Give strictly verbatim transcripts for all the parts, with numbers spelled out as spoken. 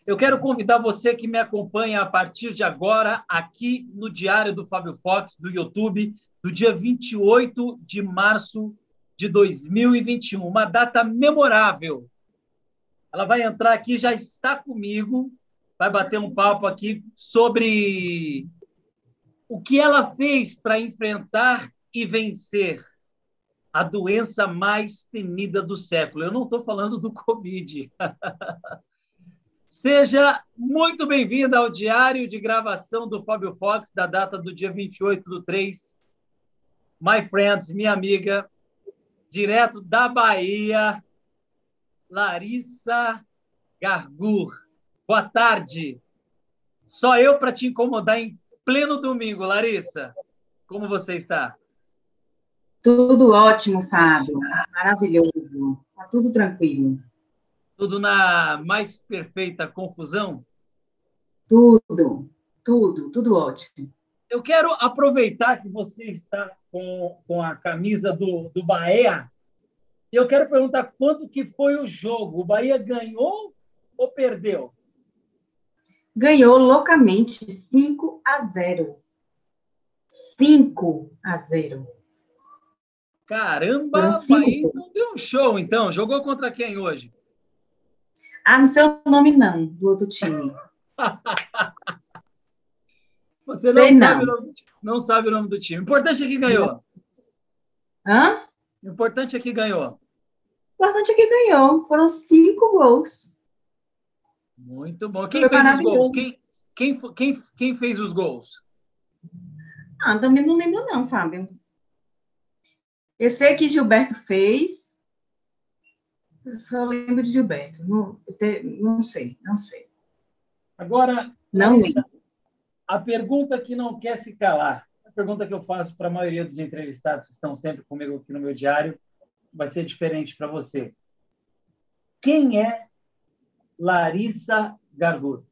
Eu quero convidar você que me acompanha a partir de agora, aqui no Diário do Fábio Fox, do YouTube, do dia vinte e oito de março de dois mil e vinte e um, uma data memorável. Ela vai entrar aqui, já está comigo, vai bater um papo aqui sobre o que ela fez para enfrentar e vencer a doença mais temida do século. Eu não estou falando do Covid. Seja muito bem-vinda ao diário de gravação do Fábio Fox, da data do dia vinte e oito do três. My friends, minha amiga, direto da Bahia, Larissa Gargur. Boa tarde. Só eu para te incomodar em pleno domingo, Larissa. Como você está? Tudo ótimo, Fábio. Maravilhoso. Tá tudo tranquilo. Tudo na mais perfeita confusão? Tudo, tudo, tudo ótimo. Eu quero aproveitar que você está com, com a camisa do, do Bahia e eu quero perguntar quanto que foi o jogo. O Bahia ganhou ou perdeu? Ganhou loucamente cinco a zero. cinco a zero. Foram Caramba, o cinco Bahia gols. então deu um show, então. Jogou contra quem hoje? Ah, não sei o nome não, do outro time. Você não Sei sabe o não. nome do time. Não sabe o nome do time. O importante é que ganhou. Hã? O importante é que ganhou. O importante é que ganhou. Foram cinco gols. Muito bom. Quem Foi fez os gols? maravilhoso. Quem, quem, quem, quem fez os gols? Ah, também não lembro não, Fábio. Eu sei que Gilberto fez. Eu só lembro de Gilberto. Não, eu te- não sei, não sei. Agora, Não lembro. Larissa, a pergunta que não quer se calar, a pergunta que eu faço para a maioria dos entrevistados que estão sempre comigo aqui no meu diário, vai ser diferente para você. Quem é Larissa Gargur?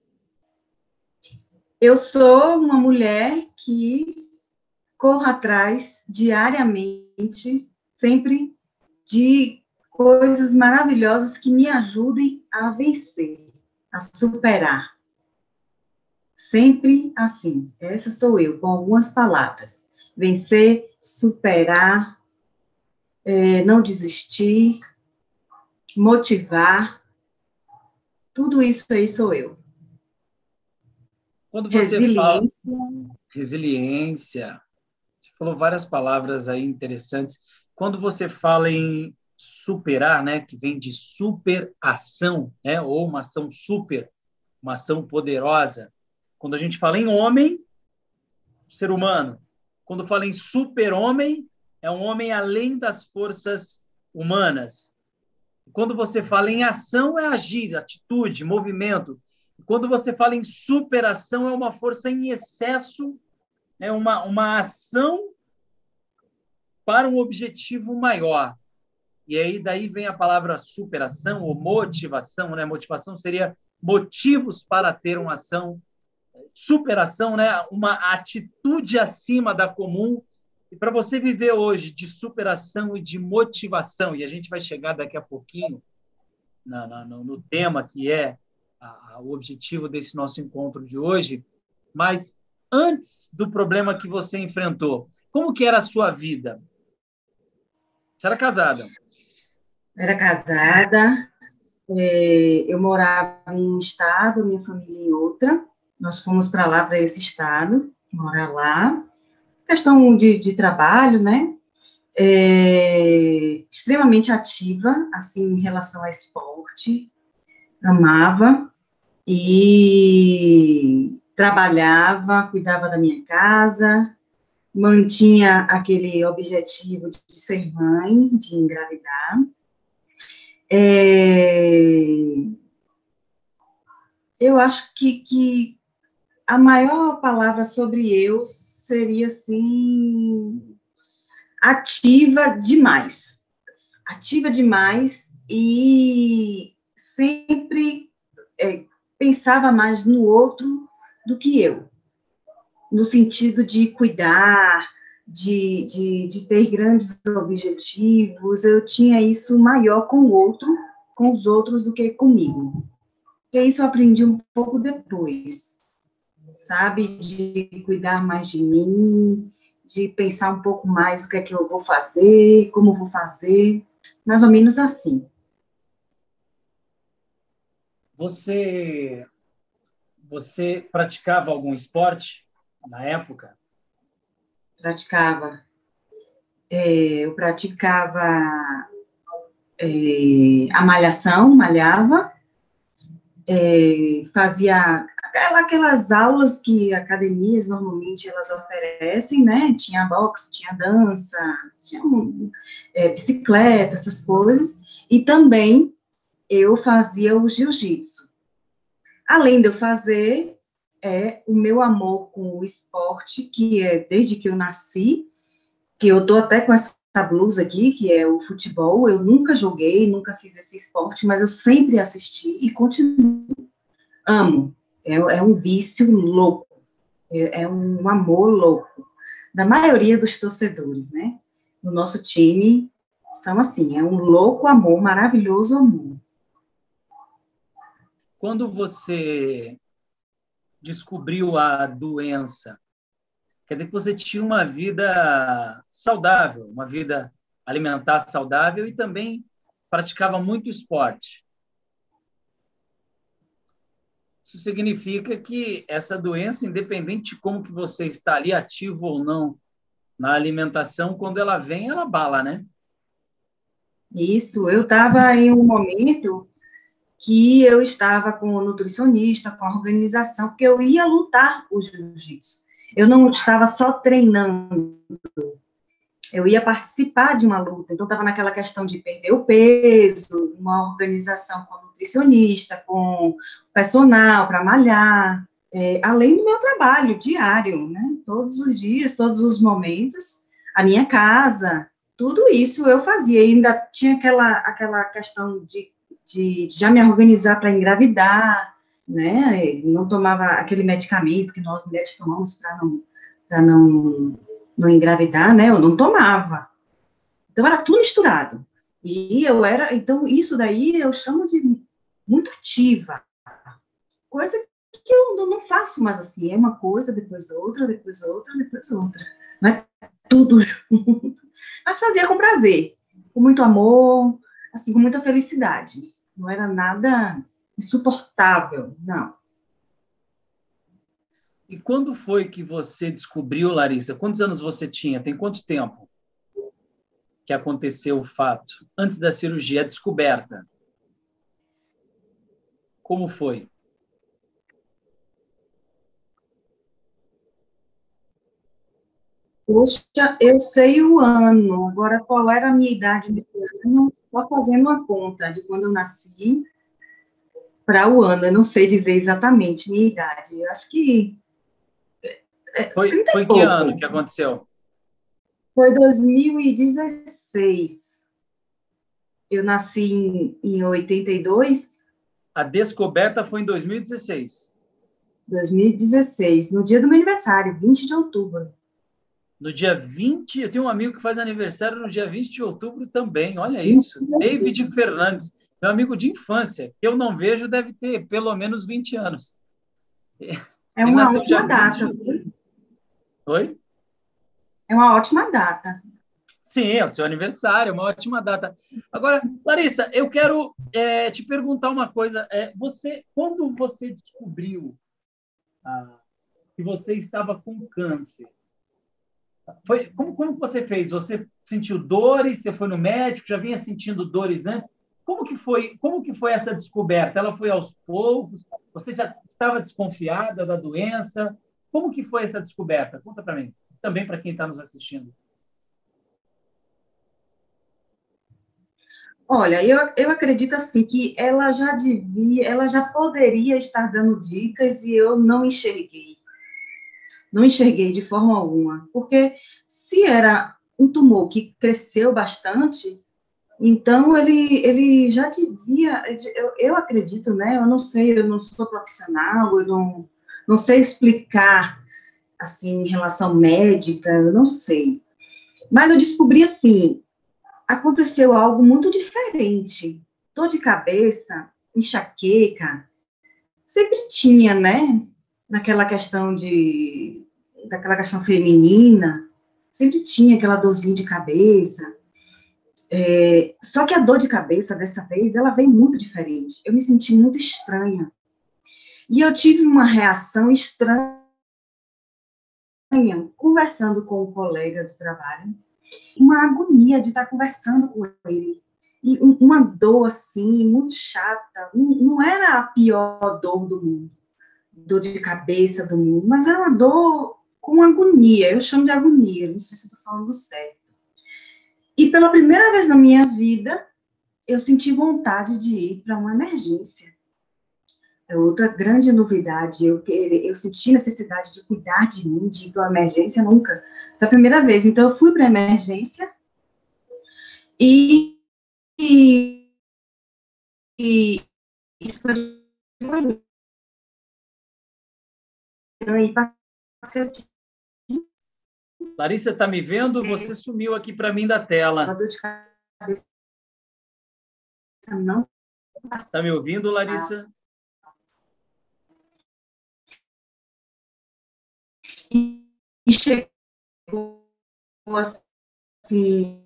Eu sou uma mulher que corro atrás diariamente, sempre de coisas maravilhosas que me ajudem a vencer, a superar. Sempre assim. Essa sou eu, com algumas palavras. Vencer, superar, é, não desistir, motivar. Tudo isso aí sou eu. Quando você fala Resiliência. resiliência, você falou várias palavras aí interessantes. Quando você fala em superar, né, que vem de superação, né, ou uma ação super, uma ação poderosa. Quando a gente fala em homem, ser humano. Quando fala em super-homem, é um homem além das forças humanas. Quando você fala em ação, é agir, atitude, movimento. Quando você fala em superação, é uma força em excesso, é uma, uma ação para um objetivo maior. E aí daí vem a palavra superação ou motivação, né? Motivação seria motivos para ter uma ação, superação, né? Uma atitude acima da comum. E para você viver hoje de superação e de motivação, e a gente vai chegar daqui a pouquinho na, na, no tema que é a, a, o objetivo desse nosso encontro de hoje, mas antes do problema que você enfrentou, como que era a sua vida? Você era casada? Era casada, é, eu morava em um estado, minha família em outra. Nós fomos para lá, para esse estado, morar lá. Questão de, de trabalho, né? É, extremamente ativa, assim, em relação ao esporte, amava e trabalhava, cuidava da minha casa, mantinha aquele objetivo de ser mãe, de engravidar. É, eu acho que, que a maior palavra sobre eu seria, assim, ativa demais. Ativa demais e sempre é, pensava mais no outro do que eu. No sentido de cuidar, de, de, de ter grandes objetivos, eu tinha isso maior com o outro, com os outros do que comigo. que isso eu aprendi um pouco depois, sabe? De cuidar mais de mim, de pensar um pouco mais o que é que eu vou fazer, como eu vou fazer, mais ou menos assim. Você, você praticava algum esporte na época? Praticava, é, eu praticava é, a malhação, malhava, é, fazia aquela- aquelas aulas que academias normalmente elas oferecem, né? Tinha boxe, tinha dança, tinha um, é, bicicleta, essas coisas, e também eu fazia o jiu-jitsu. Além de eu fazer, é o meu amor com o esporte, que é desde que eu nasci, que eu tô até com essa blusa aqui, que é o futebol, eu nunca joguei, nunca fiz esse esporte, mas eu sempre assisti e continuo, amo. É, é um vício louco, é, é um amor louco, da maioria dos torcedores, né? No nosso time, são assim, é um louco amor, maravilhoso amor. Quando você descobriu a doença, quer dizer que você tinha uma vida saudável, uma vida alimentar saudável e também praticava muito esporte. Isso significa que essa doença, independente de como que você está ali ativo ou não na alimentação, quando ela vem, ela bala, né? Isso, eu estava em um momento que eu estava com o nutricionista, com a organização, porque eu ia lutar o jiu-jitsu. Eu não estava só treinando, eu ia participar de uma luta. Então, estava naquela questão de perder o peso, uma organização com nutricionista, com personal para malhar, é, além do meu trabalho diário, né? Todos os dias, todos os momentos, a minha casa, tudo isso eu fazia. E ainda tinha aquela, aquela questão de, de já me organizar para engravidar, né? Não tomava aquele medicamento que nós mulheres tomamos para não, para não não engravidar, né? Eu não tomava. Então, era tudo misturado. E eu era, então, isso daí eu chamo de muito ativa. Coisa que eu não faço mais assim. É uma coisa, depois outra, depois outra, depois outra. Não é tudo junto. Mas fazia com prazer, com muito amor, assim, com muita felicidade. Não era nada insuportável, não. E quando foi que você descobriu, Larissa? Quantos anos você tinha? Tem quanto tempo que aconteceu o fato? Antes da cirurgia, a descoberta. Como foi? Poxa, eu sei o ano. Agora, qual era a minha idade nesse ano? Só fazendo uma conta de quando eu nasci para o ano. Eu não sei dizer exatamente minha idade. Eu acho que é, Foi, trinta foi e em que ano pouco. que aconteceu? Foi dois mil e dezesseis. Eu nasci em, em oitenta e dois, A descoberta foi em dois mil e dezesseis. dois mil e dezesseis, no dia do meu aniversário, vinte de outubro. No dia vinte, eu tenho um amigo que faz aniversário no dia vinte de outubro também. Olha isso. David Fernandes, meu amigo de infância, que eu não vejo, deve ter pelo menos vinte anos. É Ele uma nasceu dia ótima vinte de data. outubro. Oi? É uma ótima data. Sim, é o seu aniversário, uma ótima data. Agora, Larissa, eu quero é, te perguntar uma coisa. É, você, quando você descobriu ah, que você estava com câncer, foi, como, como você fez? Você sentiu dores? Você foi no médico? Já vinha sentindo dores antes? Como que foi? Como que foi essa descoberta? Ela foi aos poucos? Você já estava desconfiada da doença? Como que foi essa descoberta? Conta para mim. Também para quem está nos assistindo. Olha, eu, eu acredito assim que ela já devia, ela já poderia estar dando dicas e eu não enxerguei. Não enxerguei de forma alguma, porque se era um tumor que cresceu bastante, então ele, ele já devia, eu, eu acredito, né? Eu não sei, eu não sou profissional, eu não, não sei explicar, assim, em relação médica, eu não sei. Mas eu descobri, assim, aconteceu algo muito diferente. Dor de cabeça, enxaqueca, sempre tinha, né? Naquela questão de, daquela questão feminina, sempre tinha aquela dorzinha de cabeça. É, só que a dor de cabeça, dessa vez, ela veio muito diferente. Eu me senti muito estranha. E eu tive uma reação estranha conversando com um colega do trabalho, uma agonia de estar conversando com ele, e uma dor, assim, muito chata, não, não era a pior dor do mundo, dor de cabeça do mundo, mas era uma dor com agonia, eu chamo de agonia, não sei se estou falando certo. E pela primeira vez na minha vida, eu senti vontade de ir para uma emergência. É outra grande novidade, eu, eu senti necessidade de cuidar de mim, de ir para uma emergência, nunca. Foi a primeira vez, então eu fui para a emergência e, e, e isso foi e passei o dia Larissa, está me vendo? Você sumiu aqui para mim da tela. a dor de cabeça não Está me ouvindo, Larissa? E chegou assim.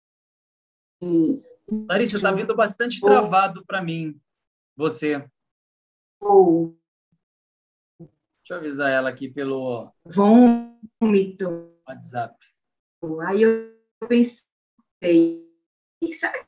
Larissa, está vindo bastante travado para mim, você. Ou Deixa eu avisar ela aqui pelo vômito. WhatsApp. Aí eu pensei, será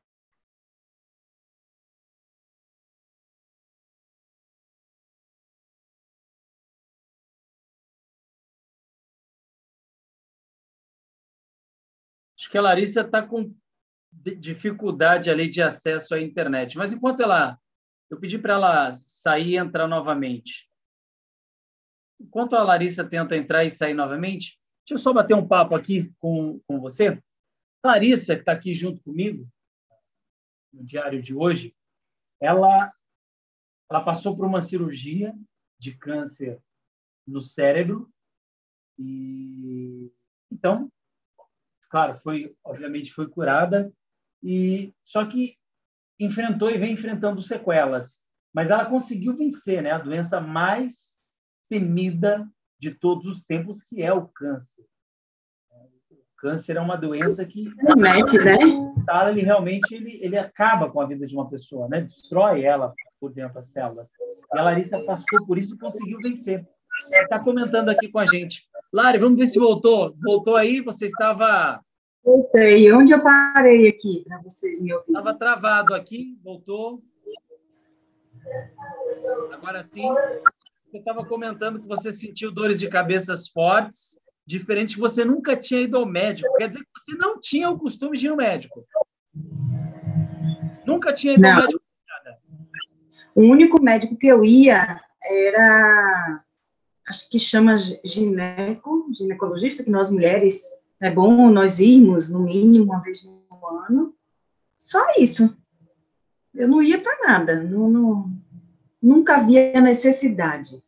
Acho que a Larissa está com dificuldade ali de acesso à internet. Mas enquanto ela... Eu pedi para ela sair e entrar novamente. Enquanto a Larissa tenta entrar e sair novamente, deixa eu só bater um papo aqui com, com você. A Larissa, que está aqui junto comigo, no diário de hoje, ela, ela passou por uma cirurgia de câncer no cérebro. E então, claro, foi, obviamente foi curada, e só que enfrentou e vem enfrentando sequelas. Mas ela conseguiu vencer, né, a doença mais temida de todos os tempos, que é o câncer. O câncer é uma doença que internet, né? ele realmente ele, ele acaba com a vida de uma pessoa, né? Destrói ela por dentro das células. E a Larissa passou por isso e conseguiu vencer. Está comentando aqui com a gente. Lari, vamos ver se voltou. Voltou aí? Você estava... Voltei. Onde eu parei aqui, para vocês me ouvirem? Estava travado aqui, voltou. Agora sim. Você estava comentando que você sentiu dores de cabeças fortes, diferente que você nunca tinha ido ao médico. Quer dizer que você não tinha o costume de ir ao médico. Nunca tinha ido Não. ao médico. Nada. O único médico que eu ia era, acho que chama gineco, ginecologista, que nós mulheres, é bom nós irmos, no mínimo, uma vez no ano. Só isso. Eu não ia para nada. Não, não, nunca havia necessidade.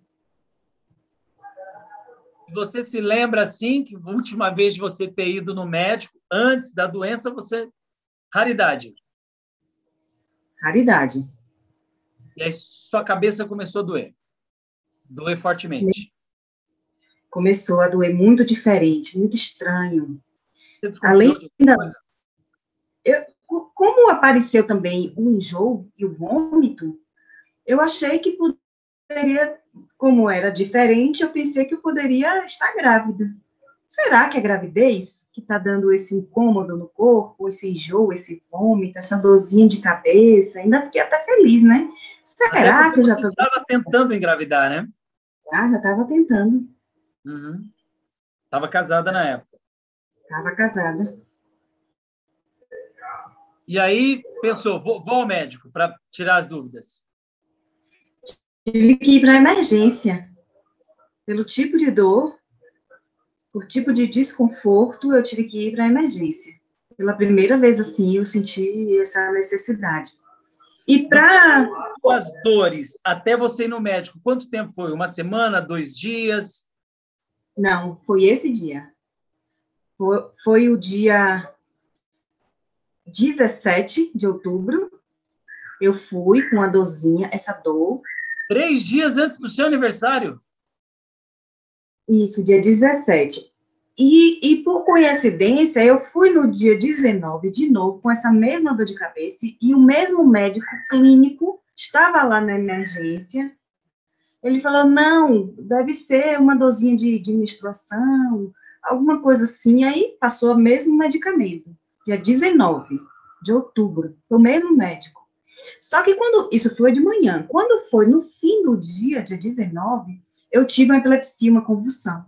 Você se lembra, assim, que a última vez de você ter ido no médico, antes da doença, você... Raridade. Raridade. E aí sua cabeça começou a doer. Doer fortemente. Começou a doer muito diferente, muito estranho. Você desconfiou de alguma coisa? Eu, como apareceu também o enjoo e o vômito, eu achei que poderia, como era diferente, eu pensei que eu poderia estar grávida. Será que é gravidez que está dando esse incômodo no corpo, esse enjoo, esse vômito, essa dorzinha de cabeça? Ainda fiquei até feliz, né? Será que eu já estou... Você estava tentando engravidar, né? Ah, já estava tentando. Uhum. Estava casada na época. Estava casada. E aí pensou, vou, vou ao médico para tirar as dúvidas. Tive que ir para a emergência. Pelo tipo de dor, por tipo de desconforto, eu tive que ir para a emergência. Pela primeira vez, assim, eu senti essa necessidade. E para... As dores, até você ir no médico, quanto tempo foi? Uma semana, dois dias? Não, foi esse dia. Foi, foi o dia dezessete de outubro. Eu fui com a dorzinha, essa dor, Três dias antes do seu aniversário? Isso, dia dezessete. E, e, por coincidência, eu fui no dia dezenove de novo, com essa mesma dor de cabeça, e o mesmo médico clínico estava lá na emergência. Ele falou, não, deve ser uma dorzinha de, de menstruação, alguma coisa assim. Aí passou o mesmo medicamento, dia dezenove de outubro, foi o mesmo médico. Só que quando, isso foi de manhã, quando foi no fim do dia, dia dezenove, eu tive uma epilepsia, uma convulsão.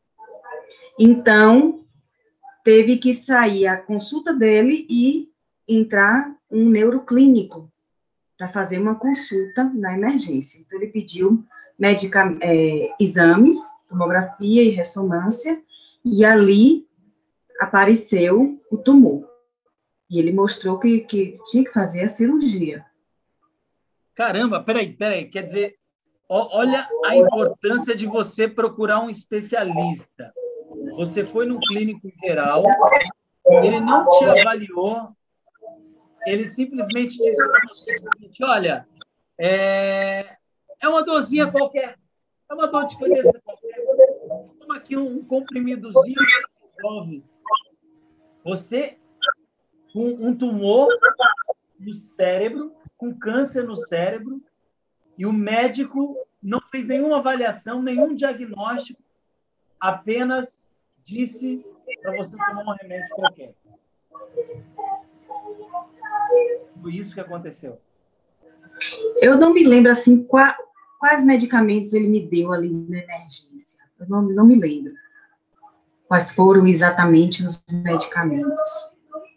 Então, teve que sair a consulta dele e entrar um neuroclínico para fazer uma consulta na emergência. Então, ele pediu medica, é, exames, tomografia e ressonância, e ali apareceu o tumor. E ele mostrou que, que tinha que fazer a cirurgia. Caramba, peraí, peraí, quer dizer, ó, olha a importância de você procurar um especialista. Você foi num clínico geral, ele não te avaliou, ele simplesmente disse para você o seguinte, olha, é, é uma dorzinha qualquer, é uma dor de cabeça qualquer, toma aqui um, um comprimidozinho que resolve. Você, com um tumor no cérebro, com câncer no cérebro, e o médico não fez nenhuma avaliação, nenhum diagnóstico, apenas disse para você tomar um remédio qualquer. Foi isso que aconteceu. Eu não me lembro, assim, qua, quais medicamentos ele me deu ali na emergência. Eu não, não me lembro quais foram exatamente os medicamentos.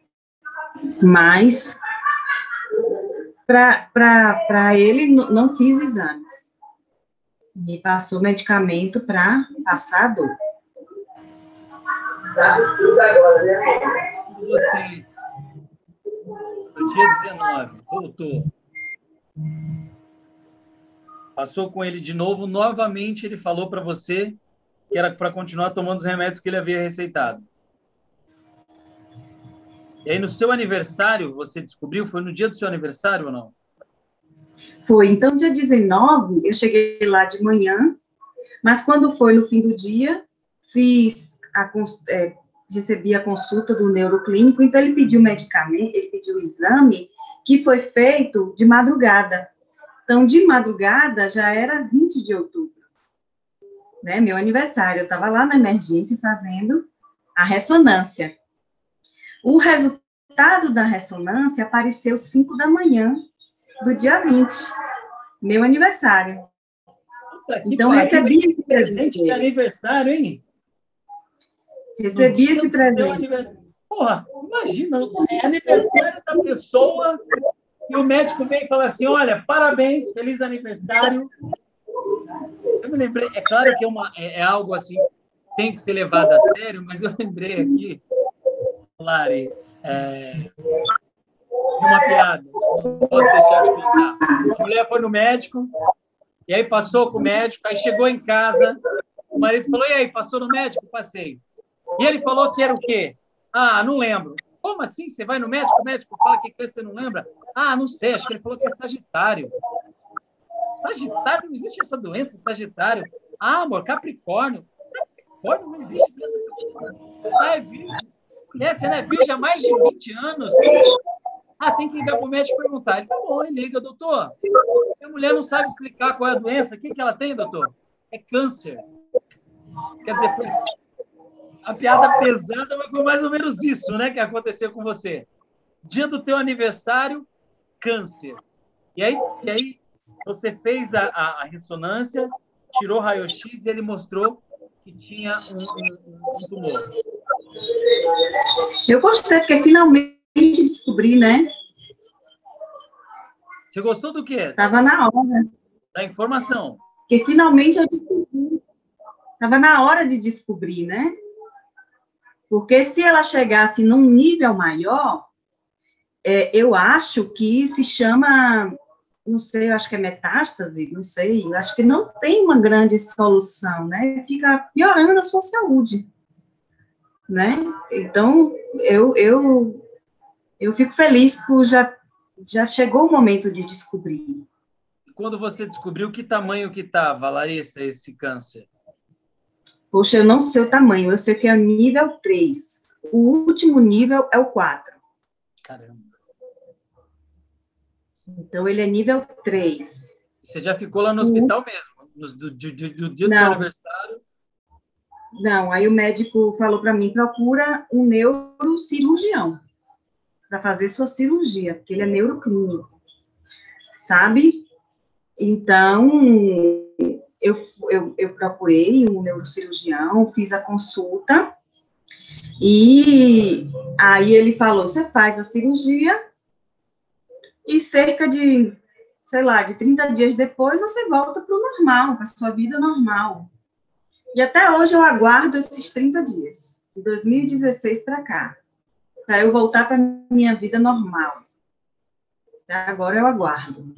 Mas, para ele, não fiz exames. Me passou medicamento para passar a dor. Você, no dia dezenove, voltou. Passou com ele de novo. Novamente, ele falou para você que era para continuar tomando os remédios que ele havia receitado. E aí, no seu aniversário, você descobriu? Foi no dia do seu aniversário ou não? Foi. Então, dia dezenove, eu cheguei lá de manhã, mas quando foi no fim do dia, fiz a, é, recebi a consulta do neuroclínico, então ele pediu medicamento, ele pediu o exame, que foi feito de madrugada. Então, de madrugada, já era vinte de outubro, né, meu aniversário. Eu estava lá na emergência fazendo a ressonância. O resultado da ressonância apareceu cinco da manhã do dia vinte, meu aniversário. Puta, então, recebi esse presente de aniversário, hein? Recebi esse presente. Porra, imagina, é aniversário da pessoa e o médico vem e fala assim, olha, parabéns, feliz aniversário. Eu me lembrei, é claro que é, uma, é, é algo assim, tem que ser levado a sério, mas eu lembrei aqui, Lari, é, de uma piada, não posso deixar de contar. A mulher foi no médico, e aí passou com o médico, aí chegou em casa, o marido falou, e aí, passou no médico? Passei. E ele falou que era o quê? Ah, não lembro. Como assim? Você vai no médico, o médico fala que você não lembra? Ah, não sei, acho que ele falou que é Sagitário. Sagitário? Não existe essa doença, Sagitário. Ah, amor, Capricórnio. Capricórnio? Não existe doença Capricórnio. Ah, é virgem. Mulher, você não é virgem há mais de vinte anos? Ah, tem que ligar para o médico e perguntar. Ele, tá bom, ele liga, doutor. A mulher não sabe explicar qual é a doença. O que, que ela tem, doutor? É câncer. Quer dizer, foi... a piada pesada, mas foi mais ou menos isso, né, que aconteceu com você. Dia do teu aniversário, câncer. E aí, e aí você fez a, a, a ressonância, tirou o raio-x e ele mostrou que tinha um, um, um tumor. Eu gostei, porque finalmente descobri, né? Você gostou do quê? Estava na hora. Da informação. Porque finalmente eu descobri. Estava na hora de descobrir, né? Porque se ela chegasse num nível maior, é, eu acho que se chama, não sei, eu acho que é metástase, não sei, eu acho que não tem uma grande solução, né? Fica piorando a sua saúde, né? Então, eu, eu, eu fico feliz por já, já chegou o momento de descobrir. quando você descobriu que tamanho que estava, Larissa, esse câncer? Poxa, eu não sei o tamanho, eu sei que é nível três. O último nível é o quatro. Caramba. Então, ele é nível três. Você já ficou lá no hospital mesmo? No, do, do, do dia do seu Não, aniversário? não. Aí o médico falou para mim, procura um neurocirurgião para fazer sua cirurgia, porque ele é neuroclínico, sabe? Então, eu, eu, eu procurei um neurocirurgião, fiz a consulta, e aí ele falou, você faz a cirurgia, e cerca de, sei lá, de trinta dias depois, você volta para o normal, para a sua vida normal. E até hoje eu aguardo esses trinta dias, de dois mil e dezesseis para cá, para eu voltar para a minha vida normal. Agora eu aguardo.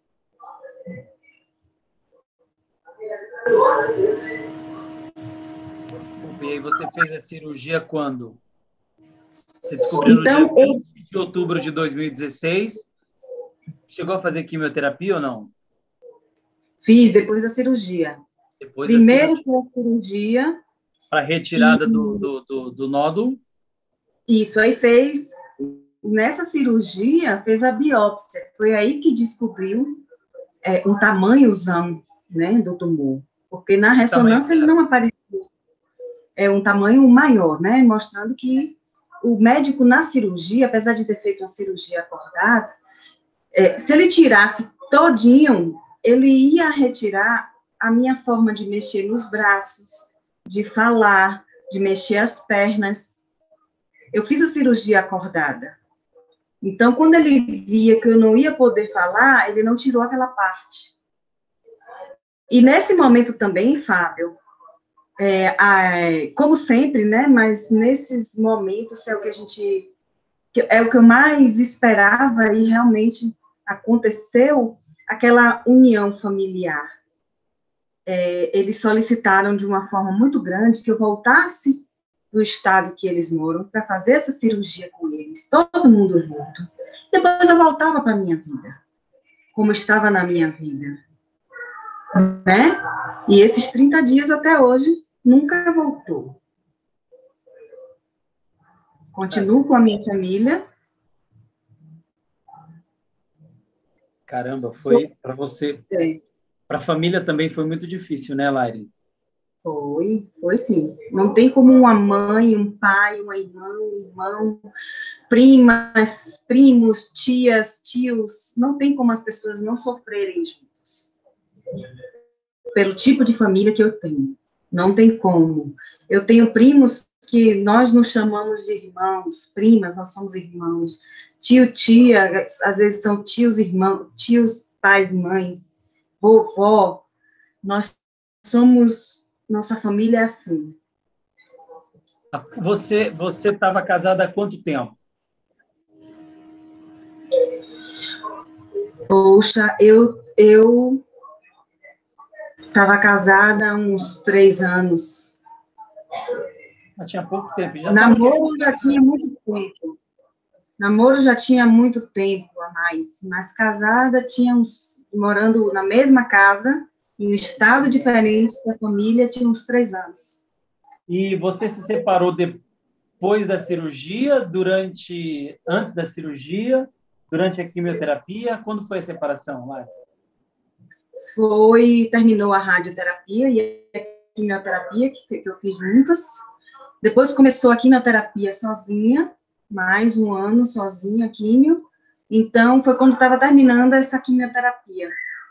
E aí você fez a cirurgia quando? Você descobriu então, no dia vinte eu... de outubro de dois mil e dezesseis. Chegou a fazer quimioterapia ou não? Fiz depois da cirurgia. Depois Primeiro da cirurgia. foi a cirurgia. Para retirada e... do, do, do, do nódulo? Isso, aí fez... Nessa cirurgia, fez a biópsia. Foi aí que descobriu é, um tamanhozão, né, do tumor. Porque na ressonância ele não apareceu. É um tamanho maior, né, mostrando que o médico na cirurgia, apesar de ter feito uma cirurgia acordada, é, se ele tirasse todinho, ele ia retirar a minha forma de mexer nos braços, de falar, de mexer as pernas. Eu fiz a cirurgia acordada. Então, quando ele via que eu não ia poder falar, ele não tirou aquela parte. E nesse momento também, Fábio, é, a, como sempre, né, mas nesses momentos é o que a gente, é o que eu mais esperava e realmente aconteceu, aquela união familiar. É, eles solicitaram de uma forma muito grande que eu voltasse do estado que eles moram para fazer essa cirurgia com eles, todo mundo junto. Depois eu voltava para a minha vida, como estava na minha vida, né? E esses trinta dias até hoje nunca voltou. Continuo com a minha família. Caramba, foi para você, É. para a família também foi muito difícil, né, Laire? Foi, foi sim. Não tem como uma mãe, um pai, uma irmã, um irmão, primas, primos, tias, tios, não tem como as pessoas não sofrerem juntos. Pelo tipo de família que eu tenho. Não tem como. Eu tenho primos que nós nos chamamos de irmãos, primas, nós somos irmãos. Tio, tia, às vezes são tios, irmãos, tios, pais, mães, vovó. Nós somos, nossa família é assim. Você você estava casada há quanto tempo? Poxa, eu eu estava casada há uns três anos. Já tinha pouco tempo. Já Namoro já tinha muito tempo. Namoro já tinha muito tempo a mais, mas casada tinha uns, morando na mesma casa, em um estado diferente da família, tinha uns três anos. E você se separou depois da cirurgia, durante, antes da cirurgia, durante a quimioterapia? Quando foi a separação, Mari? Foi, terminou a radioterapia e a quimioterapia, que, que eu fiz juntas. Depois começou a quimioterapia sozinha, mais um ano sozinha, químio. Então, foi quando estava terminando essa quimioterapia.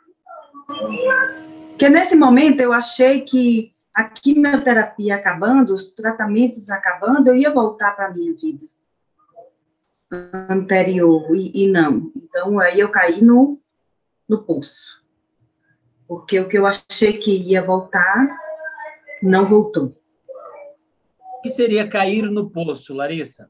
Porque nesse momento eu achei que a quimioterapia acabando, os tratamentos acabando, eu ia voltar para a minha vida anterior, e, e não. Então, aí eu caí no, no poço. Porque o que eu achei que ia voltar, não voltou. O que seria cair no poço, Larissa?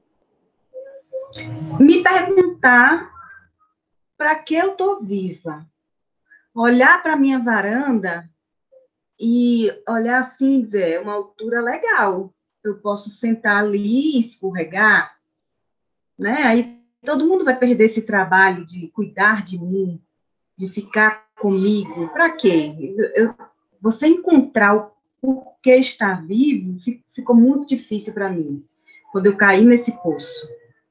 Me perguntar para que eu estou viva. Olhar para a minha varanda e olhar assim e dizer, é uma altura legal. Eu posso sentar ali e escorregar, né? Aí todo mundo vai perder esse trabalho de cuidar de mim, de ficar comigo. Para quê? Eu, você encontrar o porquê estar vivo ficou muito difícil para mim, quando eu caí nesse poço.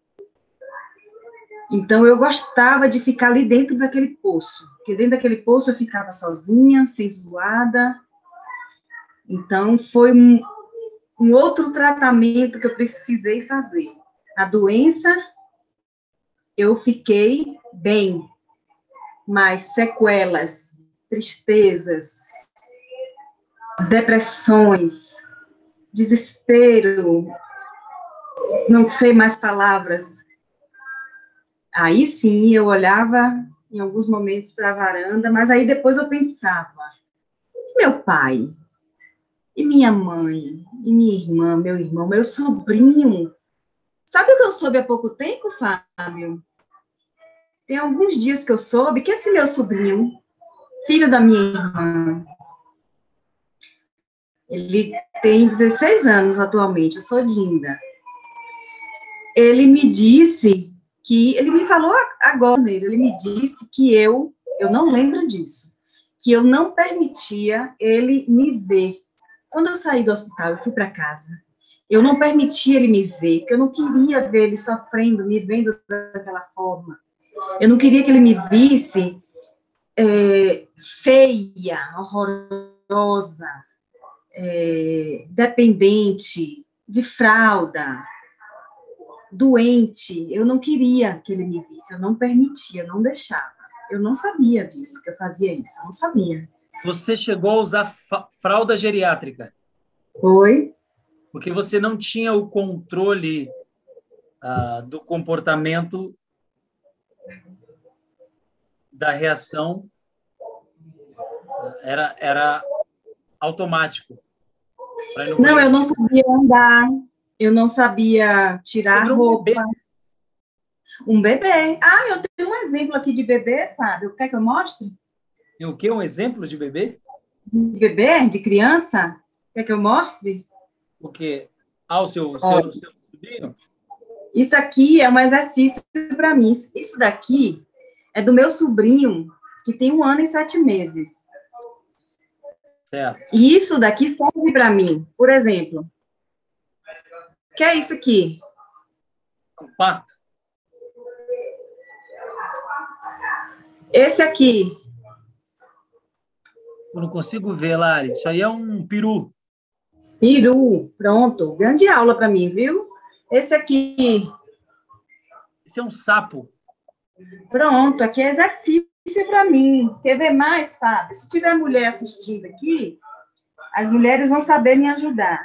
Então, eu gostava de ficar ali dentro daquele poço, porque dentro daquele poço eu ficava sozinha, sem zoada. Então, foi um, um outro tratamento que eu precisei fazer. A doença, eu fiquei bem, mas sequelas, tristezas, depressões, desespero, não sei mais palavras. Aí sim, eu olhava em alguns momentos para a varanda, mas aí depois eu pensava, e meu pai? E minha mãe? E minha irmã, meu irmão, meu sobrinho? Sabe o que eu soube há pouco tempo, Fábio? Tem alguns dias que eu soube que esse meu sobrinho, filho da minha irmã, ele tem dezesseis anos atualmente, eu sou Dinda. Ele me disse que, ele me falou agora, ele me disse que eu, eu não lembro disso, que eu não permitia ele me ver. Quando eu saí do hospital, eu fui para casa, eu não permitia ele me ver, porque eu não queria ver ele sofrendo, me vendo daquela forma. Eu não queria que ele me visse é, feia, horrorosa, é, dependente, de fralda, doente. Eu não queria que ele me visse, eu não permitia, eu não deixava. Eu não sabia disso, que eu fazia isso, eu não sabia. Você chegou a usar fralda geriátrica? Foi. Porque você não tinha o controle uh, do comportamento da reação, era, era automático. Não, eu não sabia andar, eu não sabia tirar a roupa. Um bebê. um bebê. Ah, eu tenho um exemplo aqui de bebê, Fábio. Quer que eu mostre? E o quê? Um exemplo de bebê? De bebê? De criança? Quer que eu mostre? O quê? Ah, o seu, seu, seu sobrinho? Isso aqui é um exercício para mim. Isso daqui é do meu sobrinho, que tem um ano e sete meses. Certo. E isso daqui serve para mim. Por exemplo, o que é isso aqui? Um pato. Esse aqui. Eu não consigo ver, Lari. Isso aí é um peru. Peru, pronto. Grande aula para mim, viu? Esse aqui. Esse é um sapo. Pronto, aqui é exercício para mim. Quer ver mais, Fábio? Se tiver mulher assistindo aqui, as mulheres vão saber me ajudar.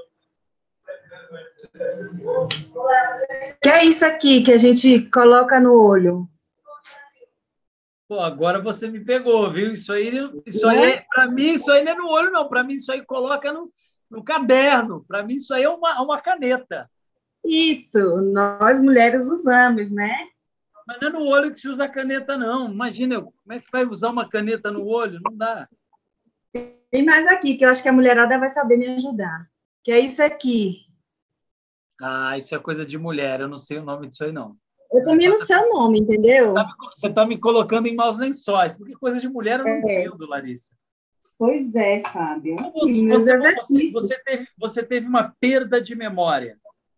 Que é isso aqui que a gente coloca no olho? Pô, agora você me pegou, viu? Isso aí, isso aí é, para mim, isso aí não é no olho, não. Para mim, isso aí coloca no, no caderno. Para mim, isso aí é uma, uma caneta. Isso, nós mulheres usamos, né? Mas não é no olho que se usa a caneta, não. Imagina, como é que vai usar uma caneta no olho? Não dá. Tem mais aqui, que eu acho que a mulherada vai saber me ajudar. Que é isso aqui. Ah, isso é coisa de mulher. Eu não sei o nome disso aí, não. Eu também não sei o nome, entendeu? Você está me colocando em maus lençóis, porque coisa de mulher eu não é. entendo, Larissa. Pois é, Fábio. Você, você, você, você, teve, você teve uma perda de memória.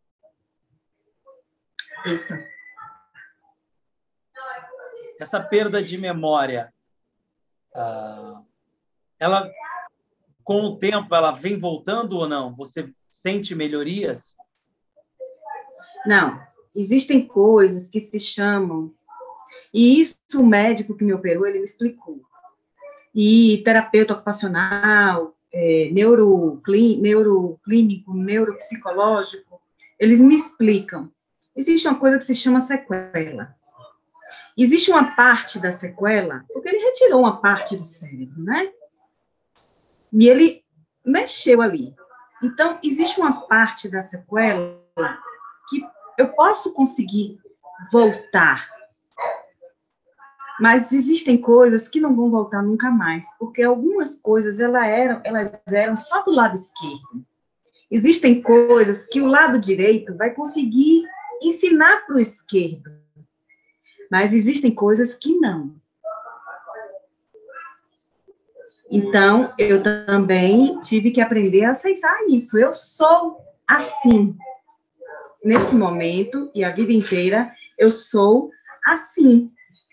Isso. Essa perda de memória, ah, ela, com o tempo, ela vem voltando ou não? Você sente melhorias? Não. Existem coisas que se chamam... E isso o médico que me operou, ele me explicou. E terapeuta ocupacional, é, neuroclí, neuroclínico, neuropsicológico, eles me explicam. Existe uma coisa que se chama sequela. Existe uma parte da sequela, porque ele retirou uma parte do cérebro, né? E ele mexeu ali. Então, existe uma parte da sequela que eu posso conseguir voltar. Mas existem coisas que não vão voltar nunca mais, porque algumas coisas elas eram, elas eram só do lado esquerdo. Existem coisas que o lado direito vai conseguir ensinar para o esquerdo, mas existem coisas que não. Então, eu também tive que aprender a aceitar isso. Eu sou assim. Nesse momento e a vida inteira, eu sou assim.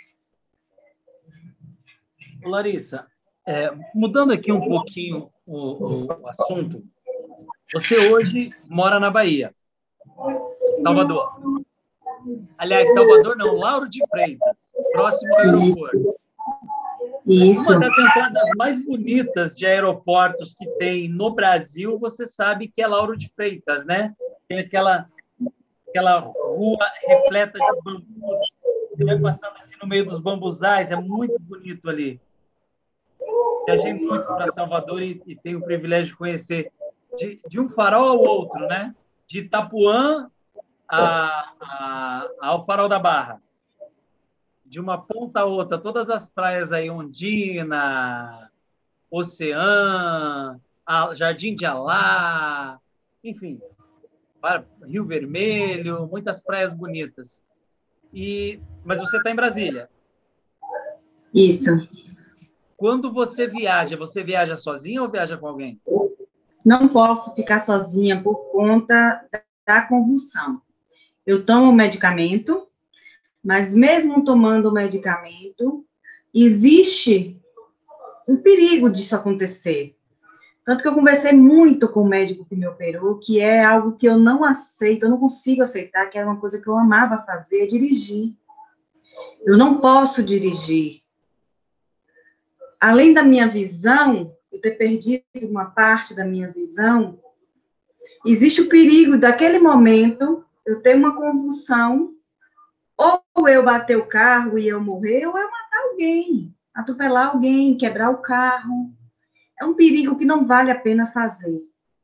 Larissa, é, mudando aqui um pouquinho o, o, o assunto, você hoje mora na Bahia, Salvador. Aliás, Salvador não, Lauro de Freitas, próximo ao aeroporto. Isso. Isso. Uma das entradas mais bonitas de aeroportos que tem no Brasil, você sabe que é Lauro de Freitas, né? Tem aquela, aquela rua repleta de bambus, você vai passando assim no meio dos bambuzais, é muito bonito ali. Viajei muito para Salvador e, e tenho o privilégio de conhecer de, de um farol ao outro, né? De Itapuã a, a, ao Farol da Barra. De uma ponta a outra, todas as praias aí, Ondina, Oceã, Jardim de Alá, enfim, Rio Vermelho, muitas praias bonitas. E, mas você está em Brasília. Isso. Quando você viaja, você viaja sozinha ou viaja com alguém? Não posso ficar sozinha por conta da convulsão. Eu tomo medicamento, mas mesmo tomando o medicamento, existe um perigo disso acontecer. Tanto que eu conversei muito com o médico que me operou, que é algo que eu não aceito, eu não consigo aceitar, que era uma coisa que eu amava fazer, é dirigir. Eu não posso dirigir. Além da minha visão, eu ter perdido uma parte da minha visão, existe o perigo daquele momento eu ter uma convulsão, ou eu bater o carro e eu morrer, ou eu matar alguém, atropelar alguém, quebrar o carro. É um perigo que não vale a pena fazer.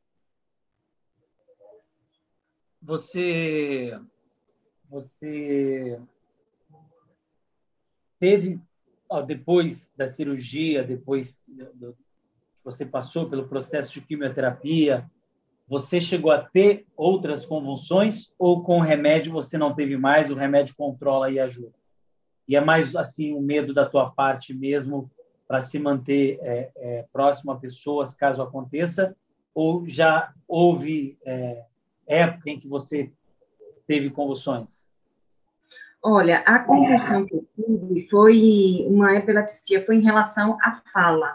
Você, você teve, ó, depois da cirurgia, depois que você passou pelo processo de quimioterapia, você chegou a ter outras convulsões ou com o remédio você não teve mais, o remédio controla e ajuda? E é mais assim o medo da tua parte mesmo para se manter é, é, próximo a pessoas caso aconteça, ou já houve é, época em que você teve convulsões? Olha, a convulsão que eu tive foi uma epilepsia, foi em relação à fala.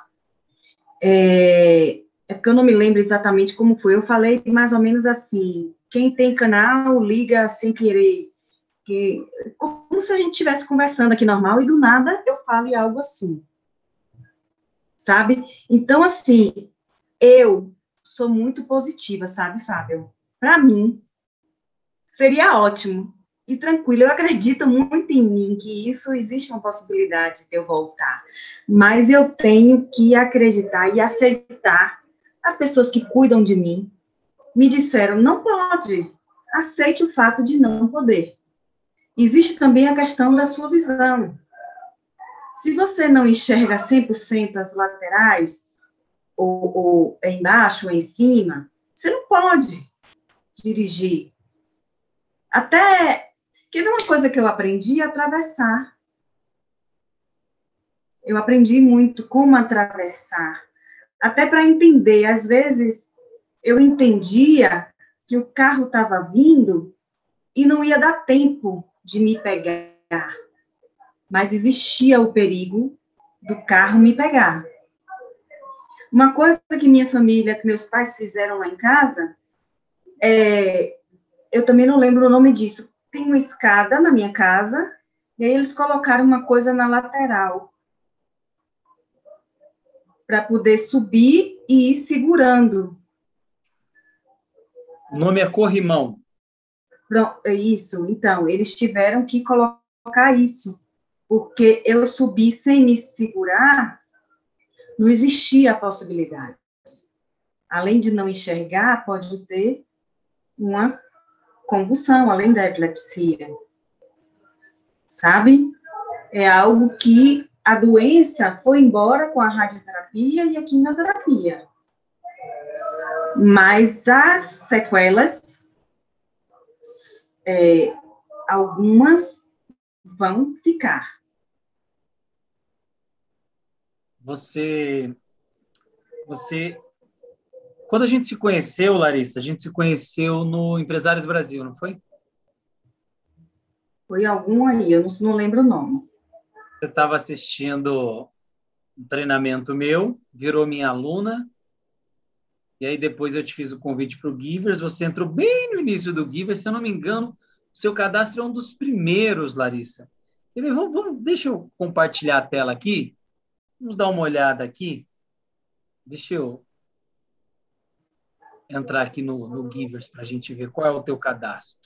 É, é porque eu não me lembro exatamente como foi. Eu falei mais ou menos assim: quem tem canal, liga sem querer. Que, como se a gente estivesse conversando aqui normal e do nada eu fale algo assim. Sabe? Então, assim, eu sou muito positiva, sabe, Fábio? Para mim, seria ótimo e tranquilo. Eu acredito muito em mim, que isso existe uma possibilidade de eu voltar. Mas eu tenho que acreditar e aceitar. As pessoas que cuidam de mim me disseram: não pode. Aceite o fato de não poder. Existe também a questão da sua visão. Se você não enxerga cem por cento as laterais, ou, ou embaixo, ou em cima, você não pode dirigir. Até, quer ver uma coisa que eu aprendi? Atravessar. Eu aprendi muito como atravessar. Até para entender, às vezes, eu entendia que o carro estava vindo e não ia dar tempo de me pegar. Mas existia o perigo do carro me pegar. Uma coisa que minha família, que meus pais fizeram lá em casa, é, eu também não lembro o nome disso. Tem uma escada na minha casa, e aí eles colocaram uma coisa na lateral, para poder subir e ir segurando. O nome é corrimão. Isso, então, eles tiveram que colocar isso, porque eu subir sem me segurar, não existia a possibilidade. Além de não enxergar, pode ter uma convulsão, além da epilepsia. Sabe? É algo que a doença foi embora com a radioterapia e a quimioterapia. Mas as sequelas, é, algumas vão ficar. Você você... Quando a gente se conheceu, Larissa, a gente se conheceu no Empresários Brasil, não foi? Foi algum aí, eu não, não lembro o nome. Você estava assistindo um treinamento meu, virou minha aluna, e aí depois eu te fiz o convite para o Givers, você entrou bem no início do Givers, se eu não me engano, seu cadastro é um dos primeiros, Larissa. Vamos, vamos, deixa eu compartilhar a tela aqui, vamos dar uma olhada aqui, deixa eu entrar aqui no, no Givers para a gente ver qual é o teu cadastro.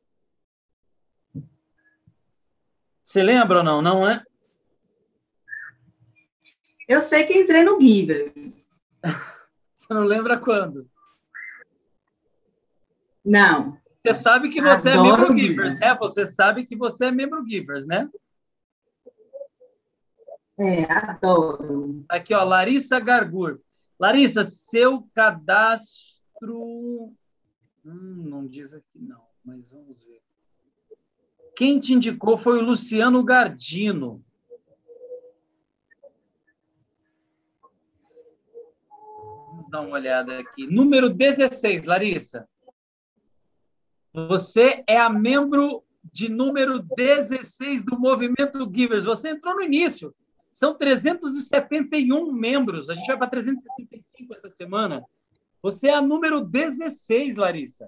Você lembra ou não? Não é? Eu sei que entrei no Givers. Você não lembra quando? Não. Você sabe que você Adoro é membro Givers, Givers, né? Você sabe que você é membro Givers, né? É, adoro. Aqui, ó, Larissa Gargur. Larissa, seu cadastro... Hum, não diz aqui não, mas vamos ver. Quem te indicou foi o Luciano Gardino. Vamos dar uma olhada aqui. Número dezesseis, Larissa. Você é a membro de número dezesseis do Movimento Givers. Você entrou no início. São trezentos e setenta e um membros. A gente vai para trezentos e setenta e cinco essa semana. Você é a número dezesseis, Larissa.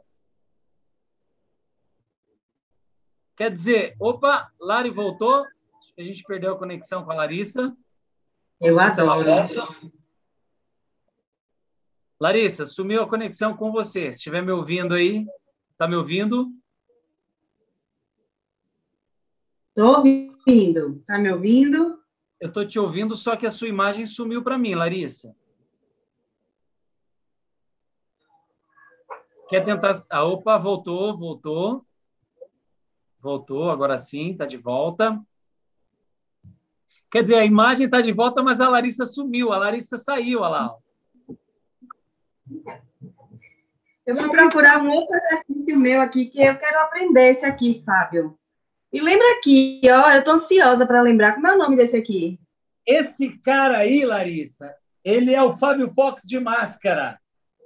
Quer dizer, opa, Lari voltou. A gente perdeu a conexão com a Larissa. Eu adoro. Larissa, sumiu a conexão com você. Se estiver me ouvindo aí, está me ouvindo? Estou ouvindo. Está me ouvindo? Eu estou te ouvindo, só que a sua imagem sumiu para mim, Larissa. Quer tentar... Ah, opa, voltou, voltou. Voltou, agora sim, está de volta. Quer dizer, a imagem está de volta, mas a Larissa sumiu. A Larissa saiu, olha lá. Eu vou procurar um outro exercício meu aqui, que eu quero aprender esse aqui, Fábio. E lembra aqui, ó, eu estou ansiosa para lembrar. Como é o nome desse aqui? Esse cara aí, Larissa, ele é o Fábio Fox de máscara.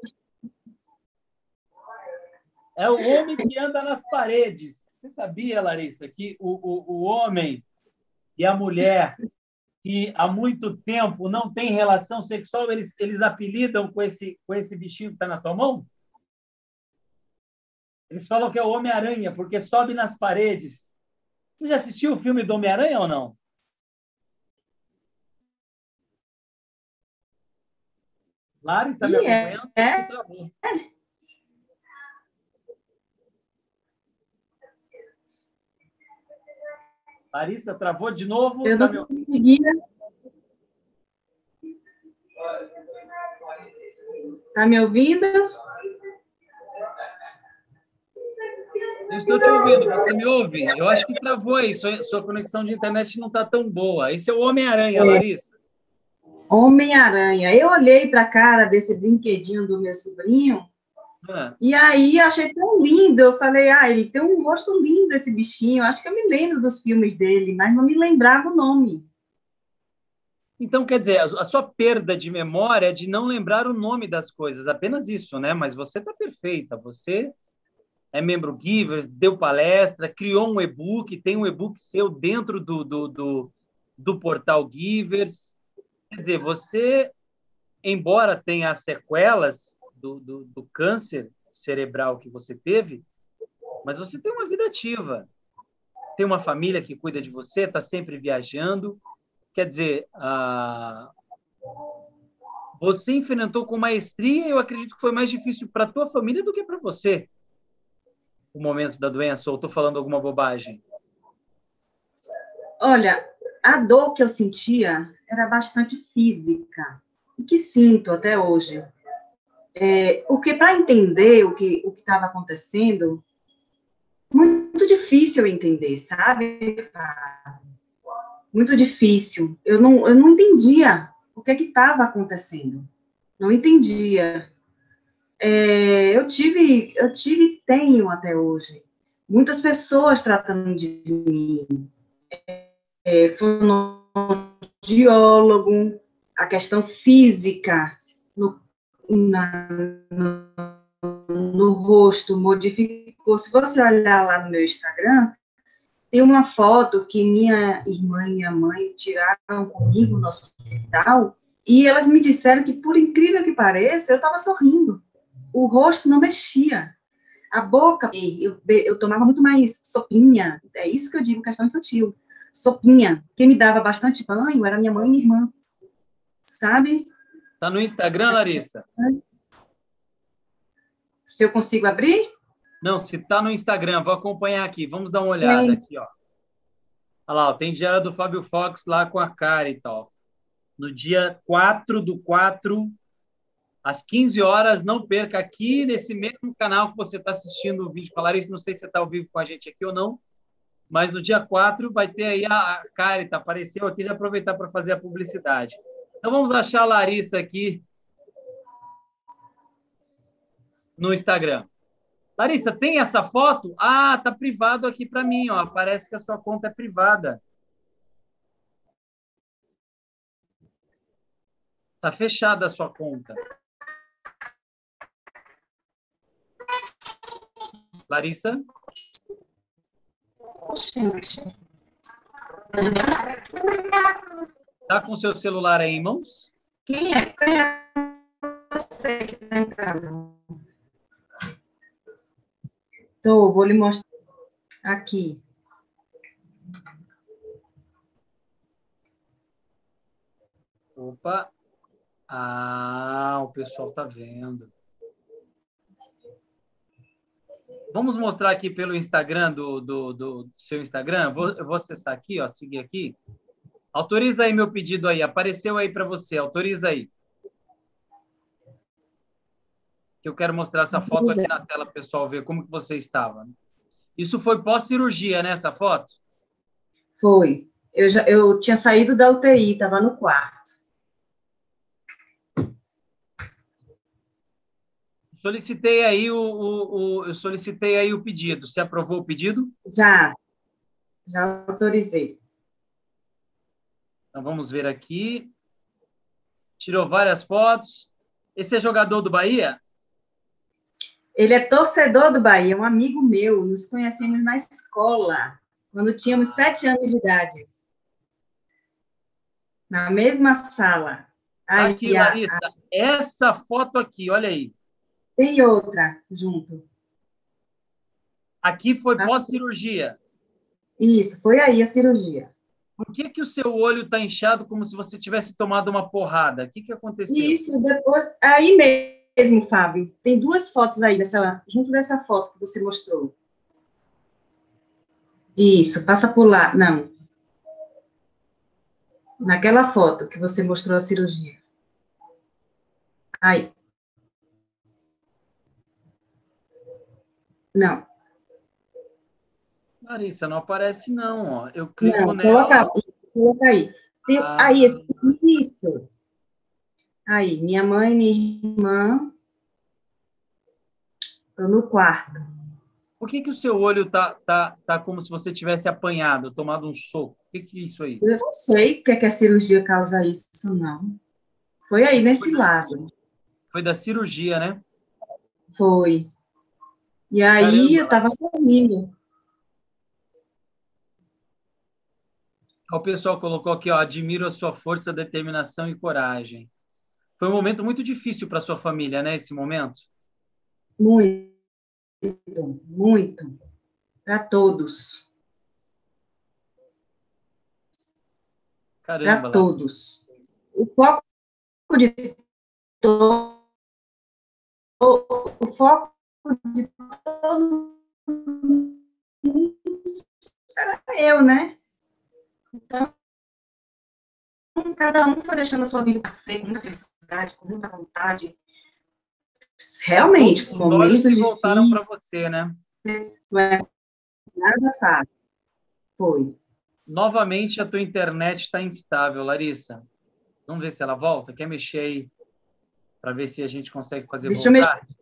É o homem que anda nas paredes. Você sabia, Larissa, que o, o, o homem e a mulher que há muito tempo não têm relação sexual, eles, eles apelidam com esse, com esse bichinho que está na tua mão? Eles falam que é o Homem-Aranha, porque sobe nas paredes. Você já assistiu o filme do Homem-Aranha ou não? Lari, está me acompanhando? É. Travou. Larissa, travou de novo? Eu tá não conseguia. Está me ouvindo? Eu estou te ouvindo, você me ouve? Eu acho que travou aí, sua, sua conexão de internet não está tão boa. Esse é o Homem-Aranha, é. Larissa. Homem-Aranha. Eu olhei para a cara desse brinquedinho do meu sobrinho, ah. e aí achei tão lindo. Eu falei, ah, ele tem um rosto lindo, esse bichinho. Acho que eu me lembro dos filmes dele, mas não me lembrava o nome. Então, quer dizer, a sua perda de memória é de não lembrar o nome das coisas, apenas isso, né? Mas você está perfeita, você é membro Givers, deu palestra, criou um e-book, tem um e-book seu dentro do, do, do, do portal Givers. Quer dizer, você, embora tenha as sequelas do, do, do câncer cerebral que você teve, mas você tem uma vida ativa, tem uma família que cuida de você, está sempre viajando. Quer dizer, ah, você enfrentou com maestria, eu acredito que foi mais difícil para a tua família do que para você o momento da doença, ou estou falando alguma bobagem? Olha, a dor que eu sentia era bastante física, e que sinto até hoje. É, porque para entender o que o estava acontecendo, muito difícil entender, sabe? Muito difícil. Eu não, eu não entendia o que estava acontecendo. Não entendia. É, eu tive, eu tive, tenho até hoje, muitas pessoas tratando de mim. É, fonoaudiólogo, a questão física, no, na, no, no rosto modificou. Se você olhar lá no meu Instagram, tem uma foto que minha irmã e minha mãe tiraram comigo no hospital, e elas me disseram que, por incrível que pareça, eu estava sorrindo. O rosto não mexia. A boca, eu, eu tomava muito mais sopinha. É isso que eu digo, questão infantil. Sopinha. Quem me dava bastante banho era minha mãe e minha irmã. Sabe? Tá no Instagram, Larissa? Se eu consigo abrir? Não, se tá no Instagram, vou acompanhar aqui. Vamos dar uma olhada Tem. aqui, ó. Olha lá, ó, tem diário do Fábio Fox lá com a cara e tal. No dia quatro do quatro, às quinze horas, não perca aqui nesse mesmo canal que você está assistindo o vídeo com a Larissa. Não sei se você está ao vivo com a gente aqui ou não, mas no dia quatro vai ter aí a, a Carita, apareceu aqui, já aproveitar para fazer a publicidade. Então vamos achar a Larissa aqui no Instagram. Larissa, tem essa foto? Ah, tá privado aqui para mim, ó. Parece que a sua conta é privada. Tá fechada a sua conta. Larissa? Tá com seu celular aí em mãos? Quem é? Quem é você que está entrando? Tô, vou lhe mostrar aqui. Opa. Ah, o pessoal tá vendo. Vamos mostrar aqui pelo Instagram do, do, do seu Instagram. Vou, eu vou acessar aqui, ó, seguir aqui. Autoriza aí meu pedido aí. Apareceu aí para você. Autoriza aí. Que eu quero mostrar essa foto aqui na tela para o pessoal ver como que você estava. Isso foi pós-cirurgia, né, essa foto? Foi. Eu, já, eu tinha saído da U T I, estava no quarto. Solicitei aí o, o, o, eu solicitei aí o pedido. Você aprovou o pedido? Já. Já autorizei. Então, vamos ver aqui. Tirou várias fotos. Esse é jogador do Bahia? Ele é torcedor do Bahia, um amigo meu. Nos conhecemos na escola, quando tínhamos sete anos de idade. Na mesma sala. Tá Aí, aqui, a, Larissa. a... Essa foto aqui, olha aí. Tem outra junto. Aqui foi pós-cirurgia. Isso, foi aí a cirurgia. Por que que o seu olho está inchado como se você tivesse tomado uma porrada? O que que aconteceu? Isso, depois... Aí mesmo, Fábio. Tem duas fotos aí, dessa, junto dessa foto que você mostrou. Isso, passa por lá. Não. Naquela foto que você mostrou a cirurgia. Aí. Não. Larissa, não aparece não, ó. Eu clico Não, nela. coloca, coloca aí. Tem, Ah. Aí, esse, isso. Aí, minha mãe e minha irmã estão no quarto. Por que que o seu olho tá, tá, tá como se você tivesse apanhado, tomado um soco? O que que é isso aí? Eu não sei o que é que a cirurgia causa isso, não. Foi aí, nesse Foi, lado. foi da cirurgia, né? Foi. E aí, Caramba, eu tava sorrindo. o pessoal colocou aqui, ó, admiro a sua força, determinação e coragem. Foi um momento muito difícil para sua família, né, esse momento? Muito, muito. Para todos. Caramba, Para todos. O foco de todo, o foco de todo mundo era eu, né? Então, cada um foi deixando a sua vida passeio com muita felicidade, com muita vontade. Realmente, Todos os olhos momentos se voltaram para difíceis, você, né? não é nada fácil. Foi. Novamente, a tua internet está instável, Larissa. Vamos ver se ela volta. Quer mexer aí para ver se a gente consegue fazer Deixa eu voltar? mexer.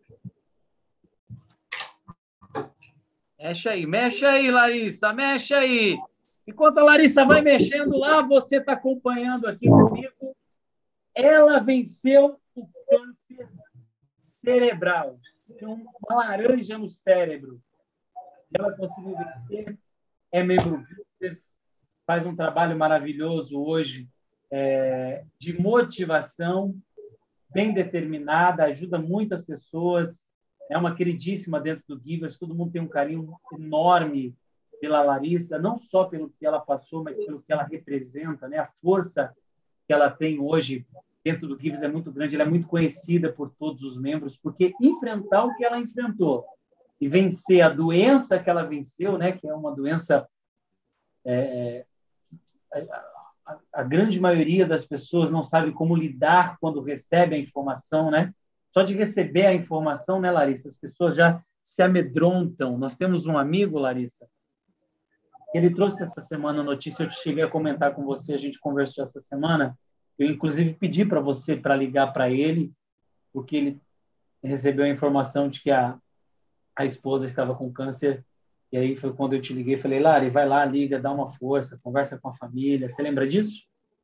Mexe aí, mexe aí, Larissa, mexe aí. Enquanto a Larissa vai mexendo lá, você está acompanhando aqui comigo. Ela venceu o câncer cerebral, tem uma laranja no cérebro. Ela conseguiu vencer, é membro Givers, faz um trabalho maravilhoso hoje é, de motivação, bem determinada, ajuda muitas pessoas, é uma queridíssima dentro do Givers, todo mundo tem um carinho enorme pela Larissa, não só pelo que ela passou, mas pelo que ela representa, né? A força que ela tem hoje dentro do Givers é muito grande, ela é muito conhecida por todos os membros, porque enfrentar o que ela enfrentou e vencer a doença que ela venceu, né? Que é uma doença... É, a, a grande maioria das pessoas não sabe como lidar quando recebe a informação, né? Só de receber a informação, né, Larissa? As pessoas já se amedrontam. Nós temos um amigo, Larissa, ele trouxe essa semana a notícia, eu cheguei a comentar com você, a gente conversou essa semana, eu inclusive pedi para você para ligar para ele, porque ele recebeu a informação de que a, a esposa estava com câncer, e aí foi quando eu te liguei, falei, Lari, vai lá, liga, dá uma força, conversa com a família, você lembra disso?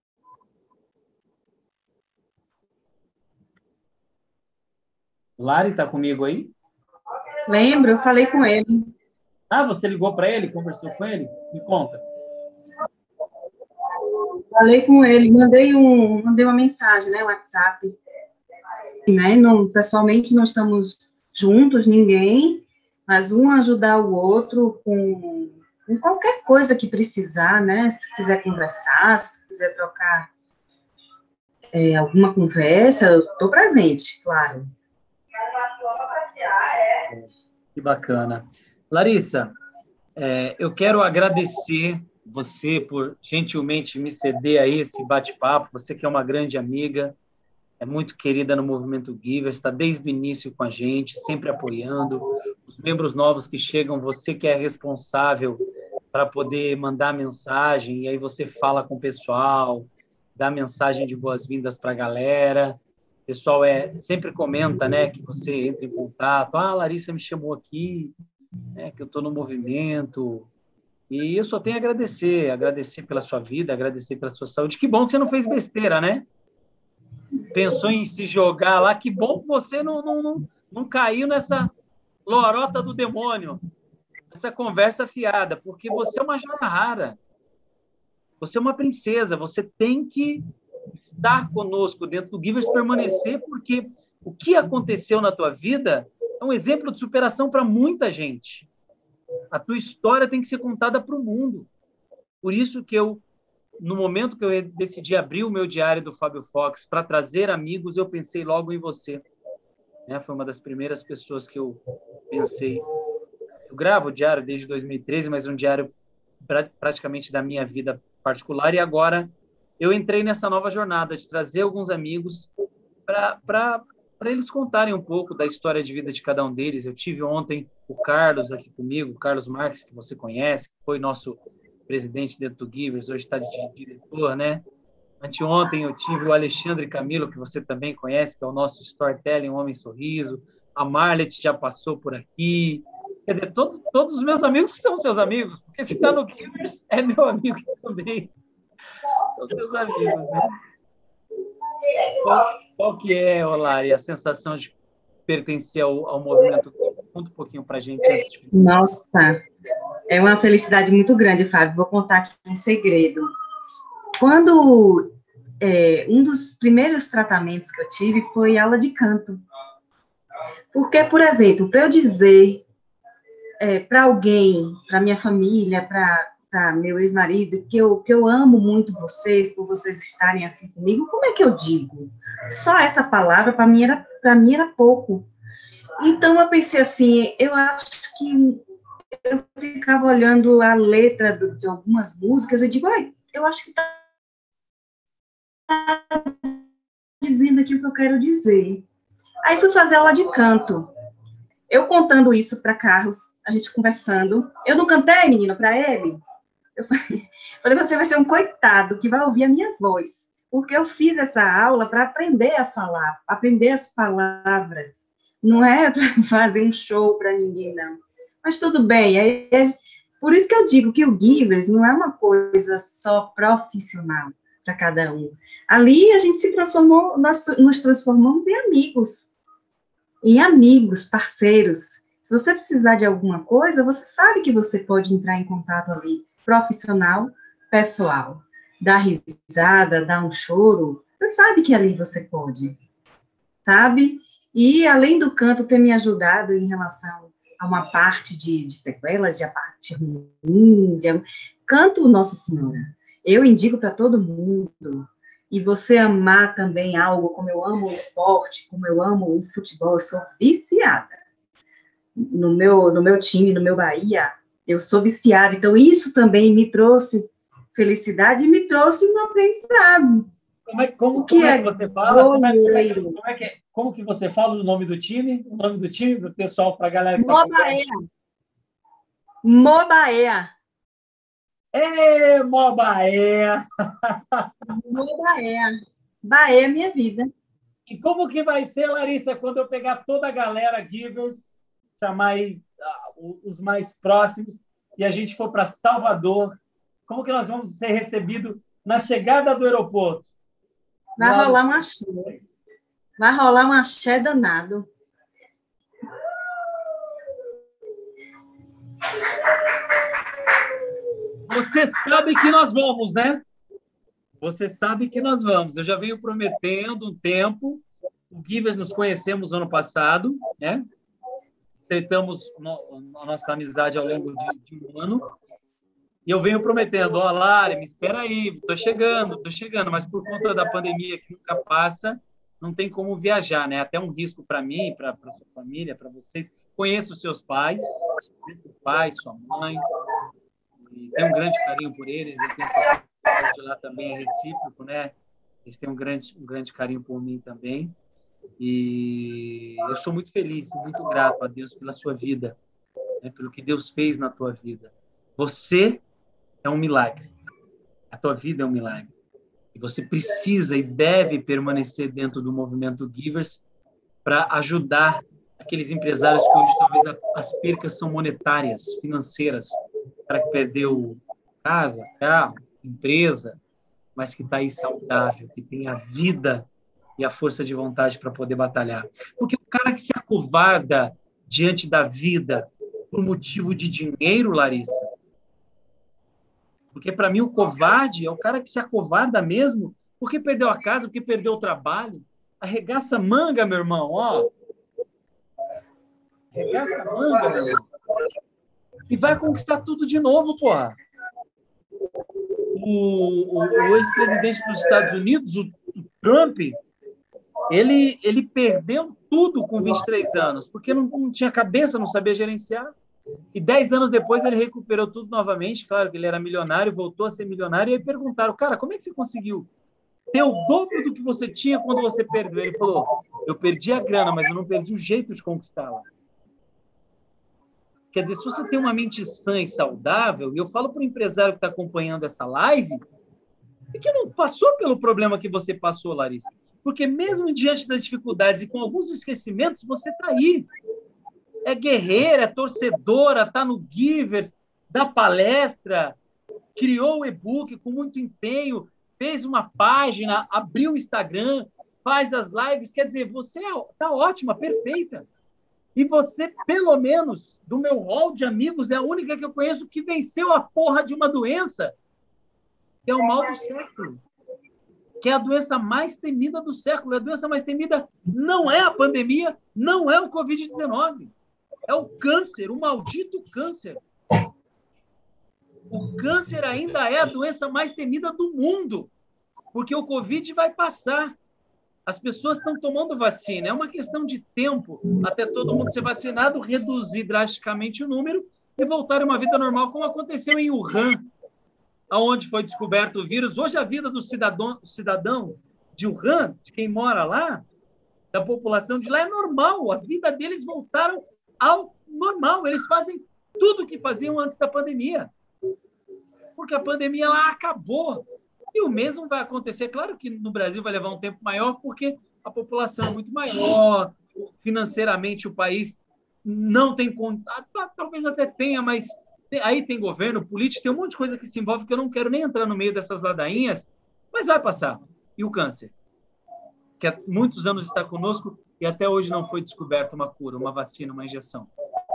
Lari, está comigo aí? Lembro, eu falei com ele. Ah, você ligou para ele, conversou com ele? Me conta. Falei com ele, mandei, um, mandei uma mensagem, né, WhatsApp. Né, não, pessoalmente não estamos juntos, ninguém, mas um ajudar o outro com, com qualquer coisa que precisar, né, se quiser conversar, se quiser trocar é, alguma conversa, eu estou presente, claro. Que bacana. Larissa, é, eu quero agradecer você por gentilmente me ceder a esse bate-papo, você que é uma grande amiga, é muito querida no Movimento Givers, está desde o início com a gente, sempre apoiando. Os membros novos que chegam, você que é responsável para poder mandar mensagem, e aí você fala com o pessoal, dá mensagem de boas-vindas para a galera. O pessoal é, sempre comenta, né, que você entra em contato. Ah, a Larissa me chamou aqui, né, que eu estou no movimento. E eu só tenho a agradecer, agradecer pela sua vida, agradecer pela sua saúde. Que bom que você não fez besteira, né? Pensou em se jogar lá, que bom que você não, não, não, não caiu nessa lorota do demônio, essa conversa fiada, porque você é uma joia rara, você é uma princesa, você tem que estar conosco dentro do Givers, permanecer, porque o que aconteceu na tua vida é um exemplo de superação para muita gente. A tua história tem que ser contada para o mundo. Por isso que eu, no momento que eu decidi abrir o meu diário do Fábio Fox para trazer amigos, eu pensei logo em você. Né? Foi uma das primeiras pessoas que eu pensei. Eu gravo o diário desde dois mil e treze, mas é um diário pra, praticamente da minha vida particular, e agora eu entrei nessa nova jornada de trazer alguns amigos para eles contarem um pouco da história de vida de cada um deles. Eu tive ontem o Carlos aqui comigo, o Carlos Marques, que você conhece, que foi nosso presidente dentro do Givers, hoje está de diretor, né? Anteontem eu tive o Alexandre Camilo, que você também conhece, que é o nosso storytelling, um homem sorriso. A Marlet já passou por aqui. Quer dizer, todos, todos os meus amigos são seus amigos, porque se está no Givers, é meu amigo também. São seus amigos, né? Qual, qual que é, Olari, a sensação de pertencer ao, ao movimento? Conta um pouquinho para a gente antes de... Nossa, é uma felicidade muito grande, Fábio. Vou contar aqui um segredo. Quando é, um dos primeiros tratamentos que eu tive foi aula de canto. Porque, por exemplo, para eu dizer é, para alguém, para minha família, para meu ex-marido, que eu, que eu amo muito vocês, por vocês estarem assim comigo, como é que eu digo? Só essa palavra, para mim, era, para mim, era pouco. Então, eu pensei assim, eu acho que eu ficava olhando a letra do, de algumas músicas, eu digo, ai, eu acho que está dizendo aqui o que eu quero dizer. Aí fui fazer aula de canto. Eu contando isso para Carlos, a gente conversando. Eu não cantei, menino, para ele. Eu falei, você vai ser um coitado que vai ouvir a minha voz. Porque eu fiz essa aula para aprender a falar, aprender as palavras. Não é para fazer um show para ninguém, não. Mas tudo bem. É, é, por isso que eu digo que o Givers não é uma coisa só profissional. para cada um. Ali a gente se transformou, nós nos transformamos em amigos, em amigos, parceiros. Se você precisar de alguma coisa, você sabe que você pode entrar em contato ali, profissional, pessoal. Dar risada, dar um choro, você sabe que ali você pode, sabe? E, além do canto ter me ajudado em relação a uma parte de, de sequelas, de a parte ruim, de, canto Nossa Senhora. Eu indico para todo mundo. E você amar também algo, como eu amo o esporte, como eu amo o futebol, eu sou viciada. No meu, no meu time, no meu Bahia, eu sou viciada. Então, isso também me trouxe felicidade e me trouxe um aprendizado. Como é, como, o que, como é é que você fala? Como é, como, é, goleiro? como, é que, como que você fala o nome do time? O nome do time, do pessoal, para a galera que está Mobaea. Mobaea. É, Mobaé! Mobaea. Bahia é minha vida. E como que vai ser, Larissa, quando eu pegar toda a galera Givers, chamar aí, uh, os mais próximos, e a gente for para Salvador, como que nós vamos ser recebidos na chegada do aeroporto? Vai Lá rolar um axé. Vai rolar um axé danado. Você sabe que nós vamos, né? Você sabe que nós vamos. Eu já venho prometendo um tempo. O Givers nos conhecemos ano passado, né? Estreitamos a nossa amizade ao longo de, de um ano. E eu venho prometendo, ó, oh, Lari, me espera aí, estou chegando, estou chegando, mas por conta da pandemia que nunca passa, não tem como viajar, né? Até um risco para mim, para a sua família, para vocês. Conheço seus pais, seu pai, sua mãe, e tenho um grande carinho por eles, eu tenho certeza que de lá também é recíproco, né? Eles têm um grande, um grande carinho por mim também. E eu sou muito feliz, muito grato a Deus pela sua vida, né? Pelo que Deus fez na tua vida. Você é um milagre. A tua vida é um milagre. E você precisa e deve permanecer dentro do movimento Givers para ajudar aqueles empresários que hoje talvez as percas são monetárias, financeiras, para que perdeu casa, carro, empresa, mas que está aí saudável, que tem a vida e a força de vontade para poder batalhar. Porque o cara que se acovarda diante da vida por motivo de dinheiro, Larissa, porque para mim o covarde é o cara que se acovarda mesmo porque perdeu a casa, porque perdeu o trabalho. Arregaça manga, meu irmão, ó. Arregaça manga, meu irmão. E vai conquistar tudo de novo, porra. O, o, o ex-presidente dos Estados Unidos, o, o Trump, ele, ele perdeu tudo com vinte e três anos, porque não, não tinha cabeça, não sabia gerenciar. E dez anos depois ele recuperou tudo novamente. Claro que ele era milionário, voltou a ser milionário. E aí perguntaram, cara, como é que você conseguiu ter o dobro do que você tinha quando você perdeu? Ele falou, eu perdi a grana, mas eu não perdi o jeito de conquistá-la. Quer dizer, se você tem uma mente sã e saudável, e eu falo para o empresário que está acompanhando essa live, é que não passou pelo problema que você passou, Larissa. Porque mesmo diante das dificuldades e com alguns esquecimentos, você está aí. É guerreira, é torcedora, está no Givers, dá palestra, criou o e-book com muito empenho, fez uma página, abriu o Instagram, faz as lives. Quer dizer, você está ótima, perfeita. E você, pelo menos, do meu hall de amigos, é a única que eu conheço que venceu a porra de uma doença, que é o mal do século, que é a doença mais temida do século. A doença mais temida não é a pandemia, não é o covid dezenove. É o câncer, o maldito câncer. O câncer ainda é a doença mais temida do mundo, porque o Covid vai passar. As pessoas estão tomando vacina. É uma questão de tempo até todo mundo ser vacinado, reduzir drasticamente o número e voltar a uma vida normal, como aconteceu em Wuhan, onde foi descoberto o vírus. Hoje a vida do cidadão, cidadão de Wuhan, de quem mora lá, da população de lá, é normal. A vida deles voltaram ao normal. Eles fazem tudo o que faziam antes da pandemia. Porque a pandemia lá acabou. E o mesmo vai acontecer. Claro que no Brasil vai levar um tempo maior, porque a população é muito maior, financeiramente o país não tem contato, talvez até tenha, mas aí tem governo, político, tem um monte de coisa que se envolve que eu não quero nem entrar no meio dessas ladainhas, Mas vai passar. E o câncer? Que há muitos anos está conosco e até hoje não foi descoberta uma cura, uma vacina, uma injeção.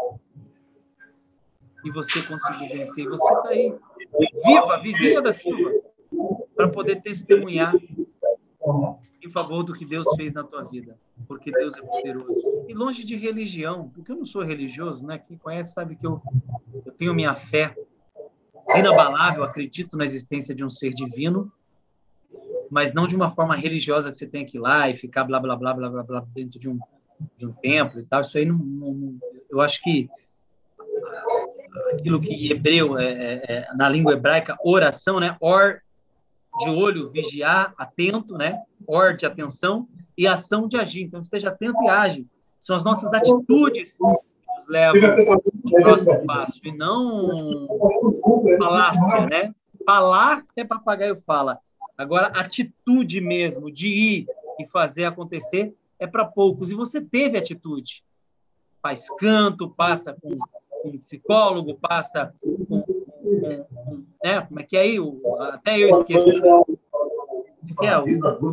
E você conseguiu vencer. E você está aí, viva, vivinha da Silva, para poder testemunhar em favor do que Deus fez na tua vida. Porque Deus é poderoso. E longe de religião, porque eu não sou religioso, né? Quem conhece sabe que eu, eu tenho minha fé inabalável, acredito na existência de um ser divino, mas não de uma forma religiosa que você tem que ir lá e ficar blá, blá, blá, blá, blá, blá dentro de um, de um templo e tal. Isso aí não, não... Eu acho que aquilo que em hebreu, é, é, é, na língua hebraica, oração, né? Or, de olho, vigiar, atento, né? Or, de atenção, e ação de agir. Então, esteja atento e age. São as nossas atitudes que nos levam ao próximo passo, e não falácia, né? Falar é papagaio fala. Agora, atitude mesmo, de ir e fazer acontecer, é para poucos. E você teve atitude. Faz canto, passa com, com um psicólogo, passa com... com, com né? Como é que é aí? O, até eu esqueço. O que é? O,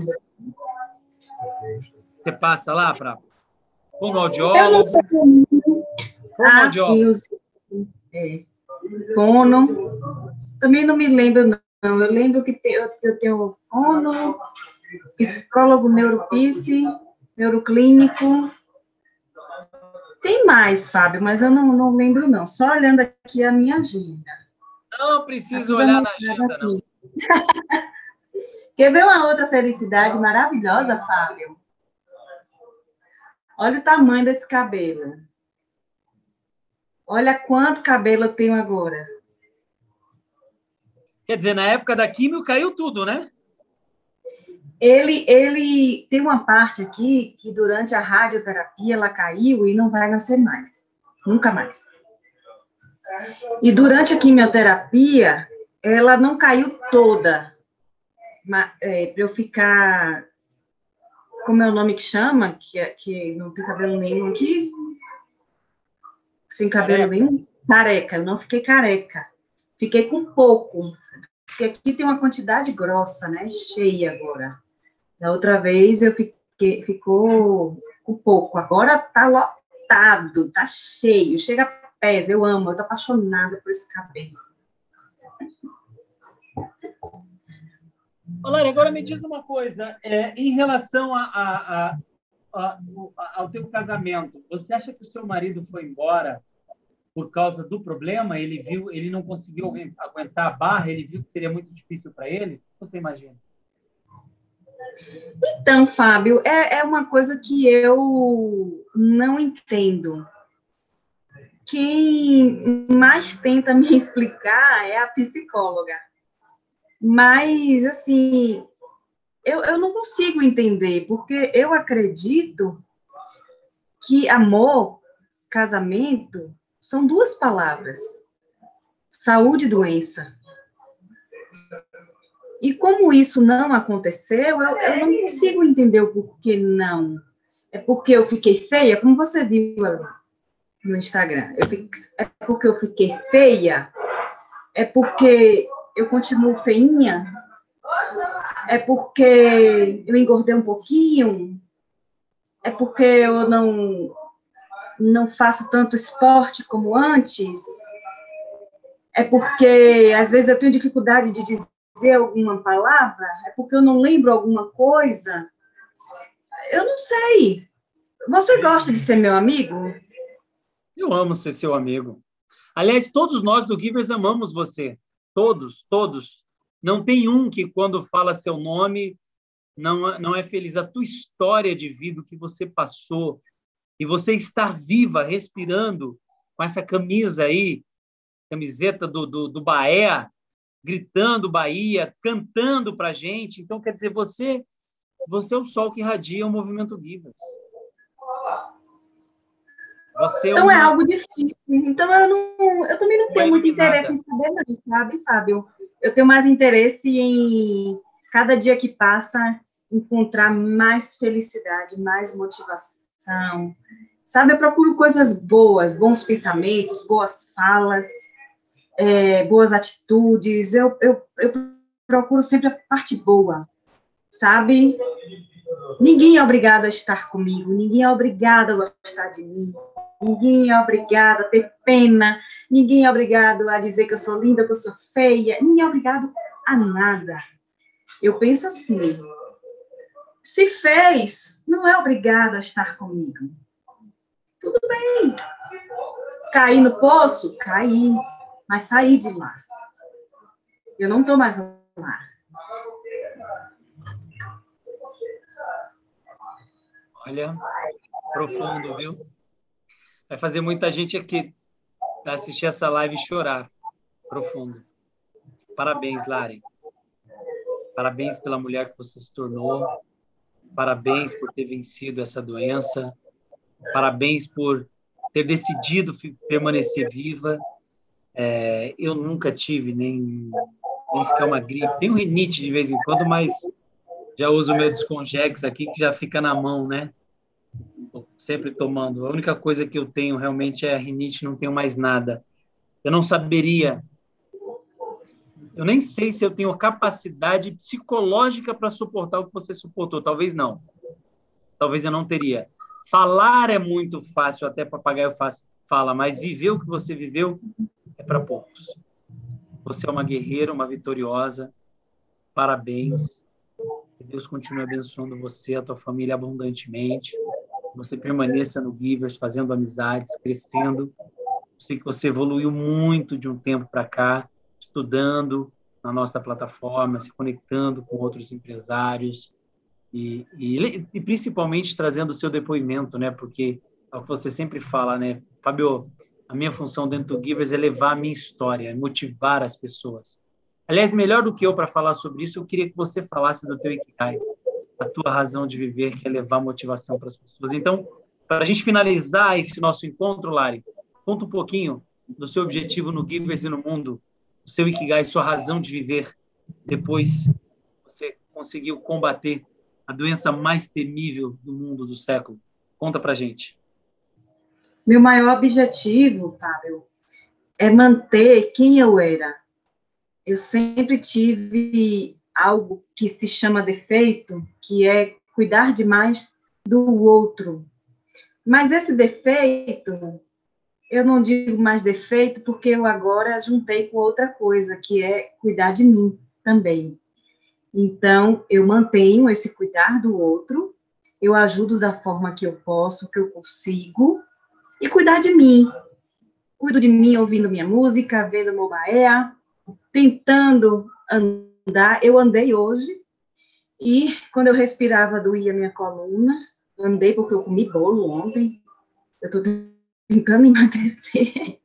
você passa lá para fonoaudiólogo. Fonoaudiólogo. Ah, sim, é. Fono. Também não me lembro, não. Eu lembro que eu, eu tenho fono, psicólogo, neuropice, neuroclínico. Tem mais, Fábio, mas eu não, não lembro, não. Só olhando aqui a minha agenda. Não preciso olhar na agenda, aqui. Não. Quer ver uma outra felicidade maravilhosa, Fábio? Olha o tamanho desse cabelo. Olha quanto cabelo eu tenho agora. Quer dizer, na época da químio caiu tudo, né? Ele, ele tem uma parte aqui que durante a radioterapia ela caiu e não vai nascer mais. Nunca mais. E durante a quimioterapia, ela não caiu toda. É, para eu ficar... Como é o nome que chama? Que, que não tem cabelo nenhum aqui? Sem cabelo careca. nenhum? Careca. Eu não fiquei careca. Fiquei com pouco. Porque aqui tem uma quantidade grossa, né? Cheia agora. Da outra vez eu fiquei, ficou com pouco. Agora tá lotado, tá cheio. Chega a pés, eu amo. Eu tô apaixonada por esse cabelo. Olá, agora me diz uma coisa. É, em relação a, a, a, a, ao teu casamento, você acha que o seu marido foi embora por causa do problema? Ele viu, ele não conseguiu aguentar a barra, ele viu que seria muito difícil para ele? O que você imagina? Então, Fábio, é, é uma coisa que eu não entendo. Quem mais tenta me explicar é a psicóloga. Mas, assim, eu, eu não consigo entender, porque eu acredito que amor, casamento, são duas palavras. Saúde e doença. E como isso não aconteceu, eu, eu não consigo entender o porquê não. É porque eu fiquei feia, como você viu ali no Instagram. Eu fiquei, é porque eu fiquei feia? É porque eu continuo feinha? É porque eu engordei um pouquinho? É porque eu não, não faço tanto esporte como antes? É porque, às vezes, eu tenho dificuldade de dizer dizer alguma palavra? É porque eu não lembro alguma coisa? Eu não sei. Você gosta de ser meu amigo? Eu amo ser seu amigo. Aliás, todos nós do Givers amamos você. Todos, todos. Não tem um que, quando fala seu nome, não, não é feliz. A tua história de vida, o que você passou, e você estar viva, respirando, com essa camisa aí, camiseta do, do, do Bahia, gritando Bahia, cantando para a gente. Então, quer dizer, você, você é o sol que irradia o movimento Givers. Você então, é, uma... é algo difícil. Então, eu, não, eu também não tenho muito interesse em saber, não, sabe, Fábio? Eu tenho mais interesse em, cada dia que passa, encontrar mais felicidade, mais motivação. Sabe, eu procuro coisas boas, bons pensamentos, boas falas, É, boas atitudes, eu, eu, eu procuro sempre a parte boa, sabe? Ninguém é obrigado a estar comigo, ninguém é obrigado a gostar de mim, ninguém é obrigado a ter pena, ninguém é obrigado a dizer que eu sou linda, que eu sou feia, ninguém é obrigado a nada. Eu penso assim, se fez, não é obrigado a estar comigo. Tudo bem. Caí no poço? Caí, mas saí de lá. Eu não estou mais lá. Olha, profundo, viu? Vai fazer muita gente aqui assistir essa live e chorar. Profundo. Parabéns, Lari. Parabéns pela mulher que você se tornou. Parabéns por ter vencido essa doença. Parabéns por ter decidido permanecer viva. É, eu nunca tive nem, nem sequer uma gripe. Tenho rinite de vez em quando, mas já uso o meu Descongex aqui, que já fica na mão, né? Tô sempre tomando. A única coisa que eu tenho realmente é a rinite, não tenho mais nada. Eu não saberia, eu nem sei se eu tenho capacidade psicológica para suportar o que você suportou. Talvez não. Talvez eu não teria. Falar é muito fácil, até papagaio fala, mas viver o que você viveu é para poucos. Você é uma guerreira, uma vitoriosa. Parabéns. Que Deus continue abençoando você, a tua família abundantemente. Você permaneça no Givers, fazendo amizades, crescendo. Sei que você evoluiu muito de um tempo para cá, estudando na nossa plataforma, se conectando com outros empresários e, e, e principalmente trazendo o seu depoimento, né? Porque é o que você sempre fala, né? Fábio, a minha função dentro do Givers é levar a minha história, motivar as pessoas. Aliás, melhor do que eu para falar sobre isso, eu queria que você falasse do teu Ikigai, a tua razão de viver, que é levar motivação para as pessoas. Então, para a gente finalizar esse nosso encontro, Lari, conta um pouquinho do seu objetivo no Givers e no mundo, o seu Ikigai, sua razão de viver, depois você conseguiu combater a doença mais temível do mundo do século. Conta para a gente. Meu maior objetivo, Fábio, é manter quem eu era. Eu sempre tive algo que se chama defeito, que é cuidar demais do outro. Mas esse defeito, eu não digo mais defeito, porque eu agora juntei com outra coisa, que é cuidar de mim também. Então, eu mantenho esse cuidar do outro, eu ajudo da forma que eu posso, que eu consigo, e cuidar de mim. Cuido de mim ouvindo minha música, vendo Mobaea, tentando andar. Eu andei hoje, e quando eu respirava, doía minha coluna. Andei porque eu comi bolo ontem. Eu estou tentando emagrecer,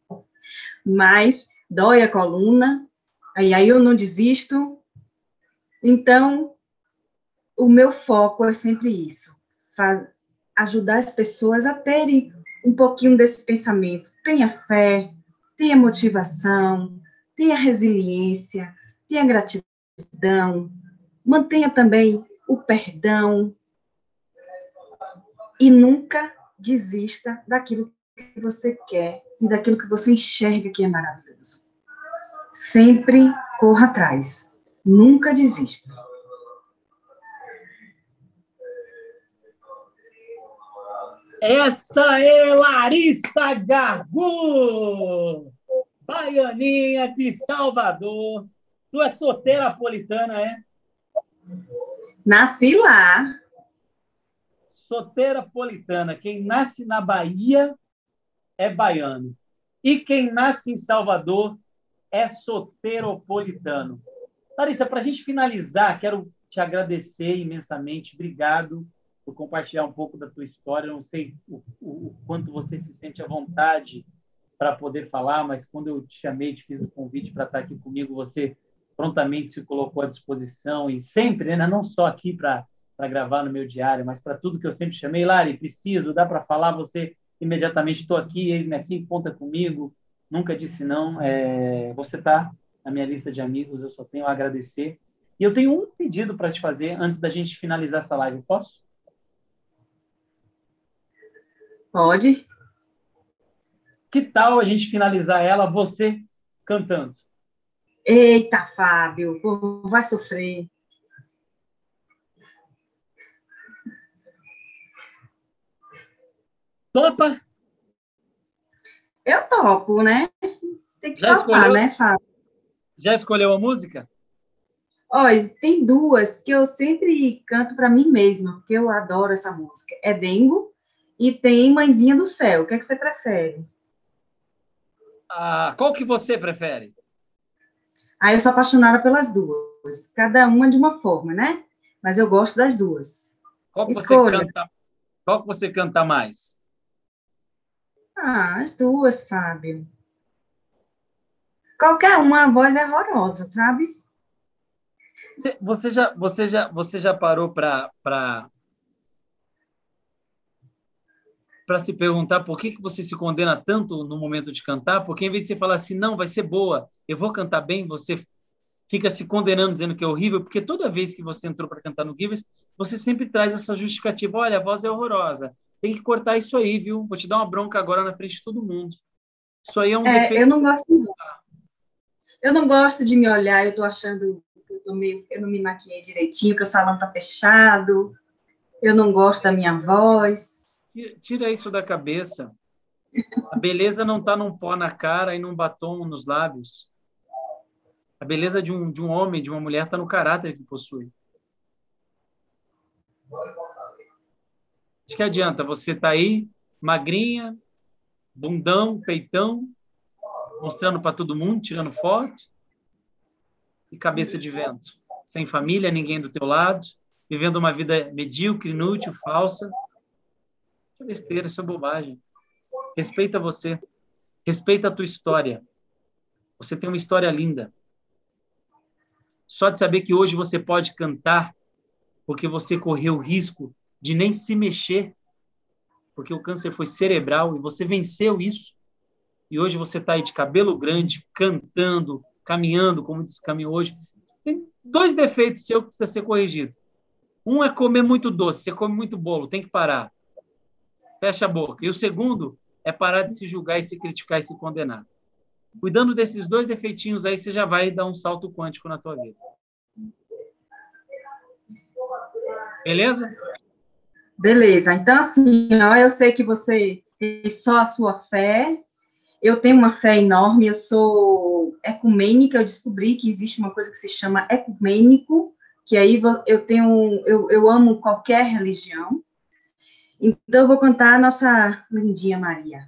mas dói a coluna. Aí, aí eu não desisto. Então, o meu foco é sempre isso. Ajudar as pessoas a terem um pouquinho desse pensamento. Tenha fé, tenha motivação, tenha resiliência, tenha gratidão, mantenha também o perdão e nunca desista daquilo que você quer e daquilo que você enxerga que é maravilhoso. Sempre corra atrás, nunca desista. Essa é Larissa Gargu, baianinha de Salvador. Tu é soteropolitana, é? Nasci lá. Soteropolitana. Quem nasce na Bahia é baiano. E quem nasce em Salvador é soteropolitano. Larissa, para a gente finalizar, quero te agradecer imensamente. Obrigado por compartilhar um pouco da tua história. Eu não sei o, o, o quanto você se sente à vontade para poder falar, mas quando eu te chamei, te fiz o convite para estar aqui comigo, você prontamente se colocou à disposição e sempre, né, não só aqui para para gravar no meu diário, mas para tudo que eu sempre chamei. Lari, preciso, dá para falar, você imediatamente, estou aqui, eis-me aqui, conta comigo, nunca disse não, é, você está na minha lista de amigos, eu só tenho a agradecer. E eu tenho um pedido para te fazer antes da gente finalizar essa live, posso? Pode. Que tal a gente finalizar ela, você cantando? Eita, Fábio, pô, vai sofrer. Topa? Eu topo, né? Tem que Já topar, escolheu, né, Fábio? já escolheu a música? Olha, tem duas que eu sempre canto para mim mesma, porque eu adoro essa música. É Dengo e tem Mãezinha do Céu. O que é que você prefere? Ah, qual que você prefere? Aí eu sou apaixonada pelas duas, cada uma de uma forma, né? Mas eu gosto das duas. Qual que você Escolha. canta, qual que você canta mais? Ah, as duas, Fábio. Qualquer uma, a voz é horrorosa, sabe? Você já, você já, você já parou para para para se perguntar por que que você se condena tanto no momento de cantar? Porque em vez de você falar assim, não, vai ser boa, eu vou cantar bem, você fica se condenando dizendo que é horrível, porque toda vez que você entrou para cantar no Givers, você sempre traz essa justificativa, olha, a voz é horrorosa. Tem que cortar isso aí, viu? Vou te dar uma bronca agora na frente de todo mundo. Isso aí é um É, defeito. eu não gosto, eu não gosto de me olhar, eu tô achando que eu tô meio, eu não me maquiei direitinho, que o salão tá fechado, eu não gosto da minha voz. Tira isso da cabeça. A beleza não está num pó na cara e num batom nos lábios. A beleza de um, de um homem, de uma mulher, está no caráter que possui. De que adianta você estar tá aí, magrinha, bundão, peitão, mostrando para todo mundo, tirando foto, e cabeça de vento. Sem família, ninguém do teu lado, vivendo uma vida medíocre, inútil, falsa. Isso é besteira, isso é bobagem. Respeita você. Respeita a tua história. Você tem uma história linda. Só de saber que hoje você pode cantar porque você correu o risco de nem se mexer, porque o câncer foi cerebral e você venceu isso. E hoje você está aí de cabelo grande, cantando, caminhando, como disse caminho hoje. Tem dois defeitos seus que precisam ser corrigidos. Um é comer muito doce, você come muito bolo, tem que parar. Fecha a boca. E o segundo é parar de se julgar e se criticar e se condenar. Cuidando desses dois defeitinhos aí, você já vai dar um salto quântico na tua vida. Beleza? Beleza, então assim, ó, eu sei que você tem só a sua fé, eu tenho uma fé enorme, eu sou ecumênica, eu descobri que existe uma coisa que se chama ecumênico, que aí eu tenho, eu, eu amo qualquer religião, então eu vou cantar a nossa lindinha Maria.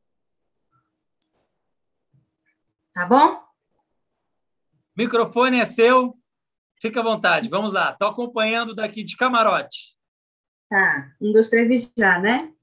Tá bom? O microfone é seu, fica à vontade, vamos lá. Estou acompanhando daqui de camarote. Tá, um, dois, três e já, né?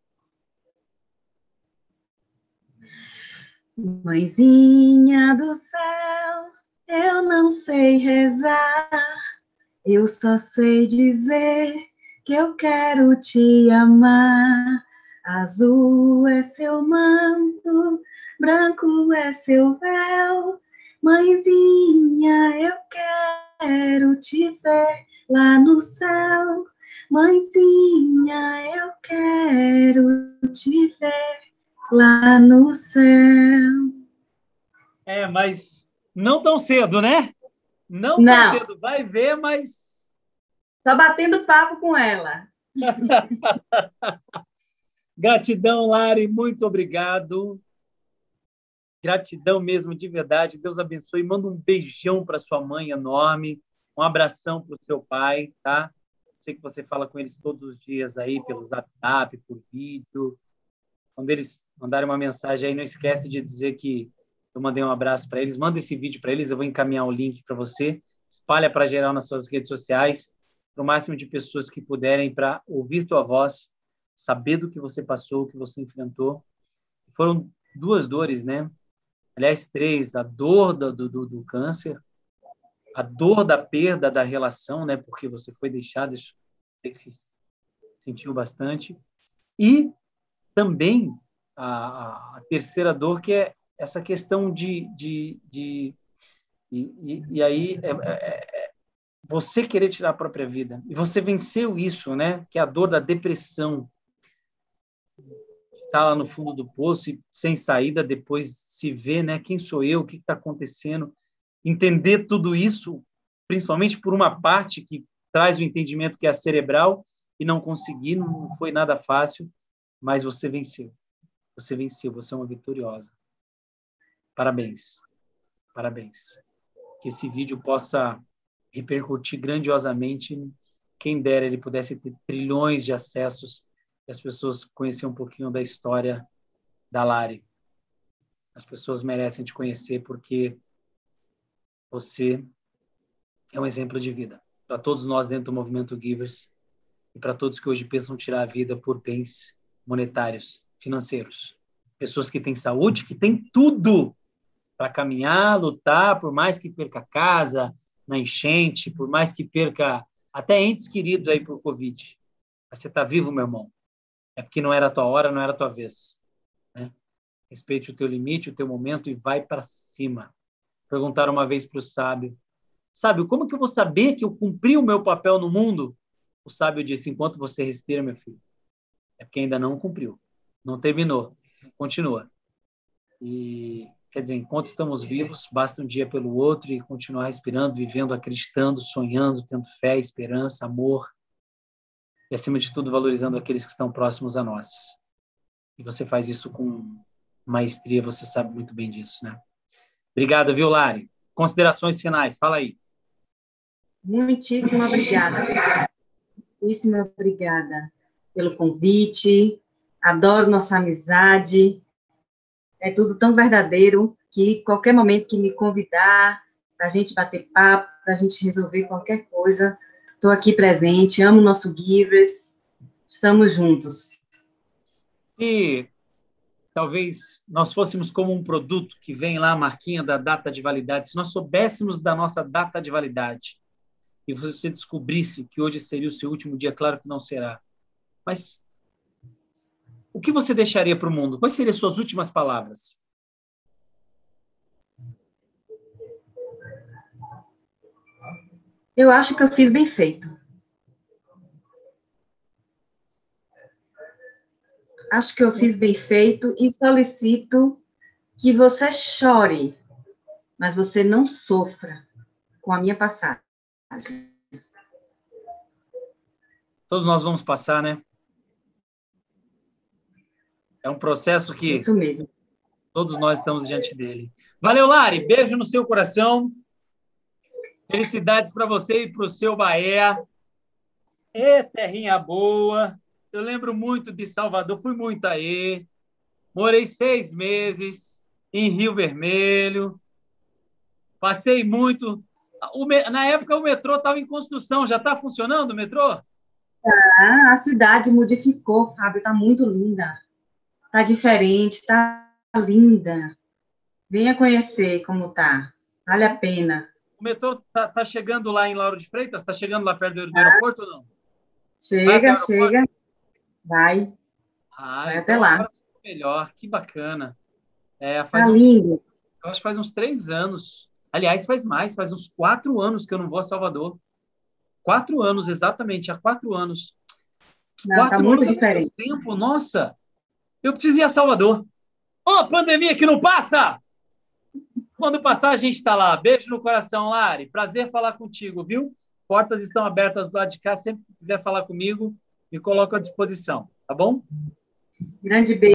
Mãezinha do céu, eu não sei rezar, eu só sei dizer que eu quero te amar. Azul é seu manto, branco é seu véu. Mãezinha, eu quero te ver lá no céu. Mãezinha, eu quero te ver lá no céu. É, mas não tão cedo, né? Não tão Não, cedo. Vai ver, mas... só batendo papo com ela. Gratidão, Lari, muito obrigado. Gratidão mesmo, de verdade. Deus abençoe. Manda um beijão para sua mãe enorme, um abração para o seu pai, tá? Sei que você fala com eles todos os dias aí, pelo WhatsApp, por vídeo. Quando eles mandarem uma mensagem aí, não esquece de dizer que eu mandei um abraço para eles. Manda esse vídeo para eles, eu vou encaminhar o link para você. Espalha para geral nas suas redes sociais, para o máximo de pessoas que puderem, para ouvir tua voz, saber do que você passou, o que você enfrentou. Foram duas dores, né? Aliás, três. A dor do, do, do câncer, a dor da perda da relação, né? Porque você foi deixado, isso você sentiu bastante. E também a, a terceira dor, que é essa questão de... de, de e, e, e aí é, é, é você querer tirar a própria vida. E você venceu isso, né? Que é a dor da depressão. Está lá no fundo do poço e sem saída, depois se vê, né? Quem sou eu? O que está acontecendo? entender tudo isso, principalmente por uma parte que traz o entendimento que é a cerebral, e não consegui, não foi nada fácil, mas você venceu. Você venceu, você é uma vitoriosa. Parabéns. Parabéns. Que esse vídeo possa repercutir grandiosamente. Quem dera ele pudesse ter trilhões de acessos e as pessoas conhecerem um pouquinho da história da Lari. As pessoas merecem te conhecer porque você é um exemplo de vida. Para todos nós dentro do Movimento Givers e para todos que hoje pensam tirar a vida por bens monetários, financeiros. Pessoas que têm saúde, que têm tudo para caminhar, lutar, por mais que perca a casa, na enchente, por mais que perca até entes queridos aí por Covid. Mas você está vivo, meu irmão. É porque não era a tua hora, não era a tua vez. Né? Respeite o teu limite, o teu momento e vai para cima. Perguntaram uma vez para o sábio, sábio, como que eu vou saber que eu cumpri o meu papel no mundo? O sábio disse, enquanto você respira, meu filho, é porque ainda não cumpriu, não terminou, continua. E, quer dizer, enquanto estamos vivos, basta um dia pelo outro e continuar respirando, vivendo, acreditando, sonhando, tendo fé, esperança, amor e, acima de tudo, valorizando aqueles que estão próximos a nós. E você faz isso com maestria, você sabe muito bem disso, né? Obrigado, viu, Lari? Considerações finais, fala aí. Muitíssimo obrigada. Muitíssimo obrigada pelo convite. Adoro nossa amizade. É tudo tão verdadeiro que qualquer momento que me convidar para a gente bater papo, para a gente resolver qualquer coisa, estou aqui presente, amo nosso Givers, estamos juntos. E talvez nós fôssemos como um produto que vem lá a marquinha da data de validade, se nós soubéssemos da nossa data de validade e você descobrisse que hoje seria o seu último dia, claro que não será, mas o que você deixaria para o mundo? Quais seriam as suas últimas palavras? Eu acho que eu fiz bem feito. Acho que eu fiz bem feito e solicito que você chore, mas você não sofra com a minha passagem. Todos nós vamos passar, né? É um processo que Isso mesmo. todos nós estamos diante dele. Valeu, Lari. Beijo no seu coração. Felicidades para você e para o seu Bahia. Ê, terrinha boa. Eu lembro muito de Salvador. Fui muito aí. Morei seis meses em Rio Vermelho. Passei muito. O, na época, o metrô estava em construção. Já está funcionando o metrô? Ah, a cidade modificou, Fábio. Está muito linda. Está diferente, está linda. Venha conhecer como tá. Vale a pena. O metrô está tá chegando lá em Lauro de Freitas? Está chegando lá perto do, do aeroporto ou não? Chega, chega. Vai. Ah, Vai então até lá. agora ficou melhor. Que bacana. É, faz Tá um, lindo. eu acho que faz uns três anos. Aliás, faz mais. Faz uns quatro anos que eu não vou a Salvador. Quatro anos, exatamente. Há quatro anos. Não, tá Quatro muito anos é muito diferente. tempo. Nossa! Eu preciso ir a Salvador. Ô, oh, pandemia que não passa! Quando passar, a gente está lá. Beijo no coração, Lari. Prazer falar contigo, viu? Portas estão abertas do lado de cá. Sempre que quiser falar comigo, me coloco à disposição. Tá bom? Grande beijo.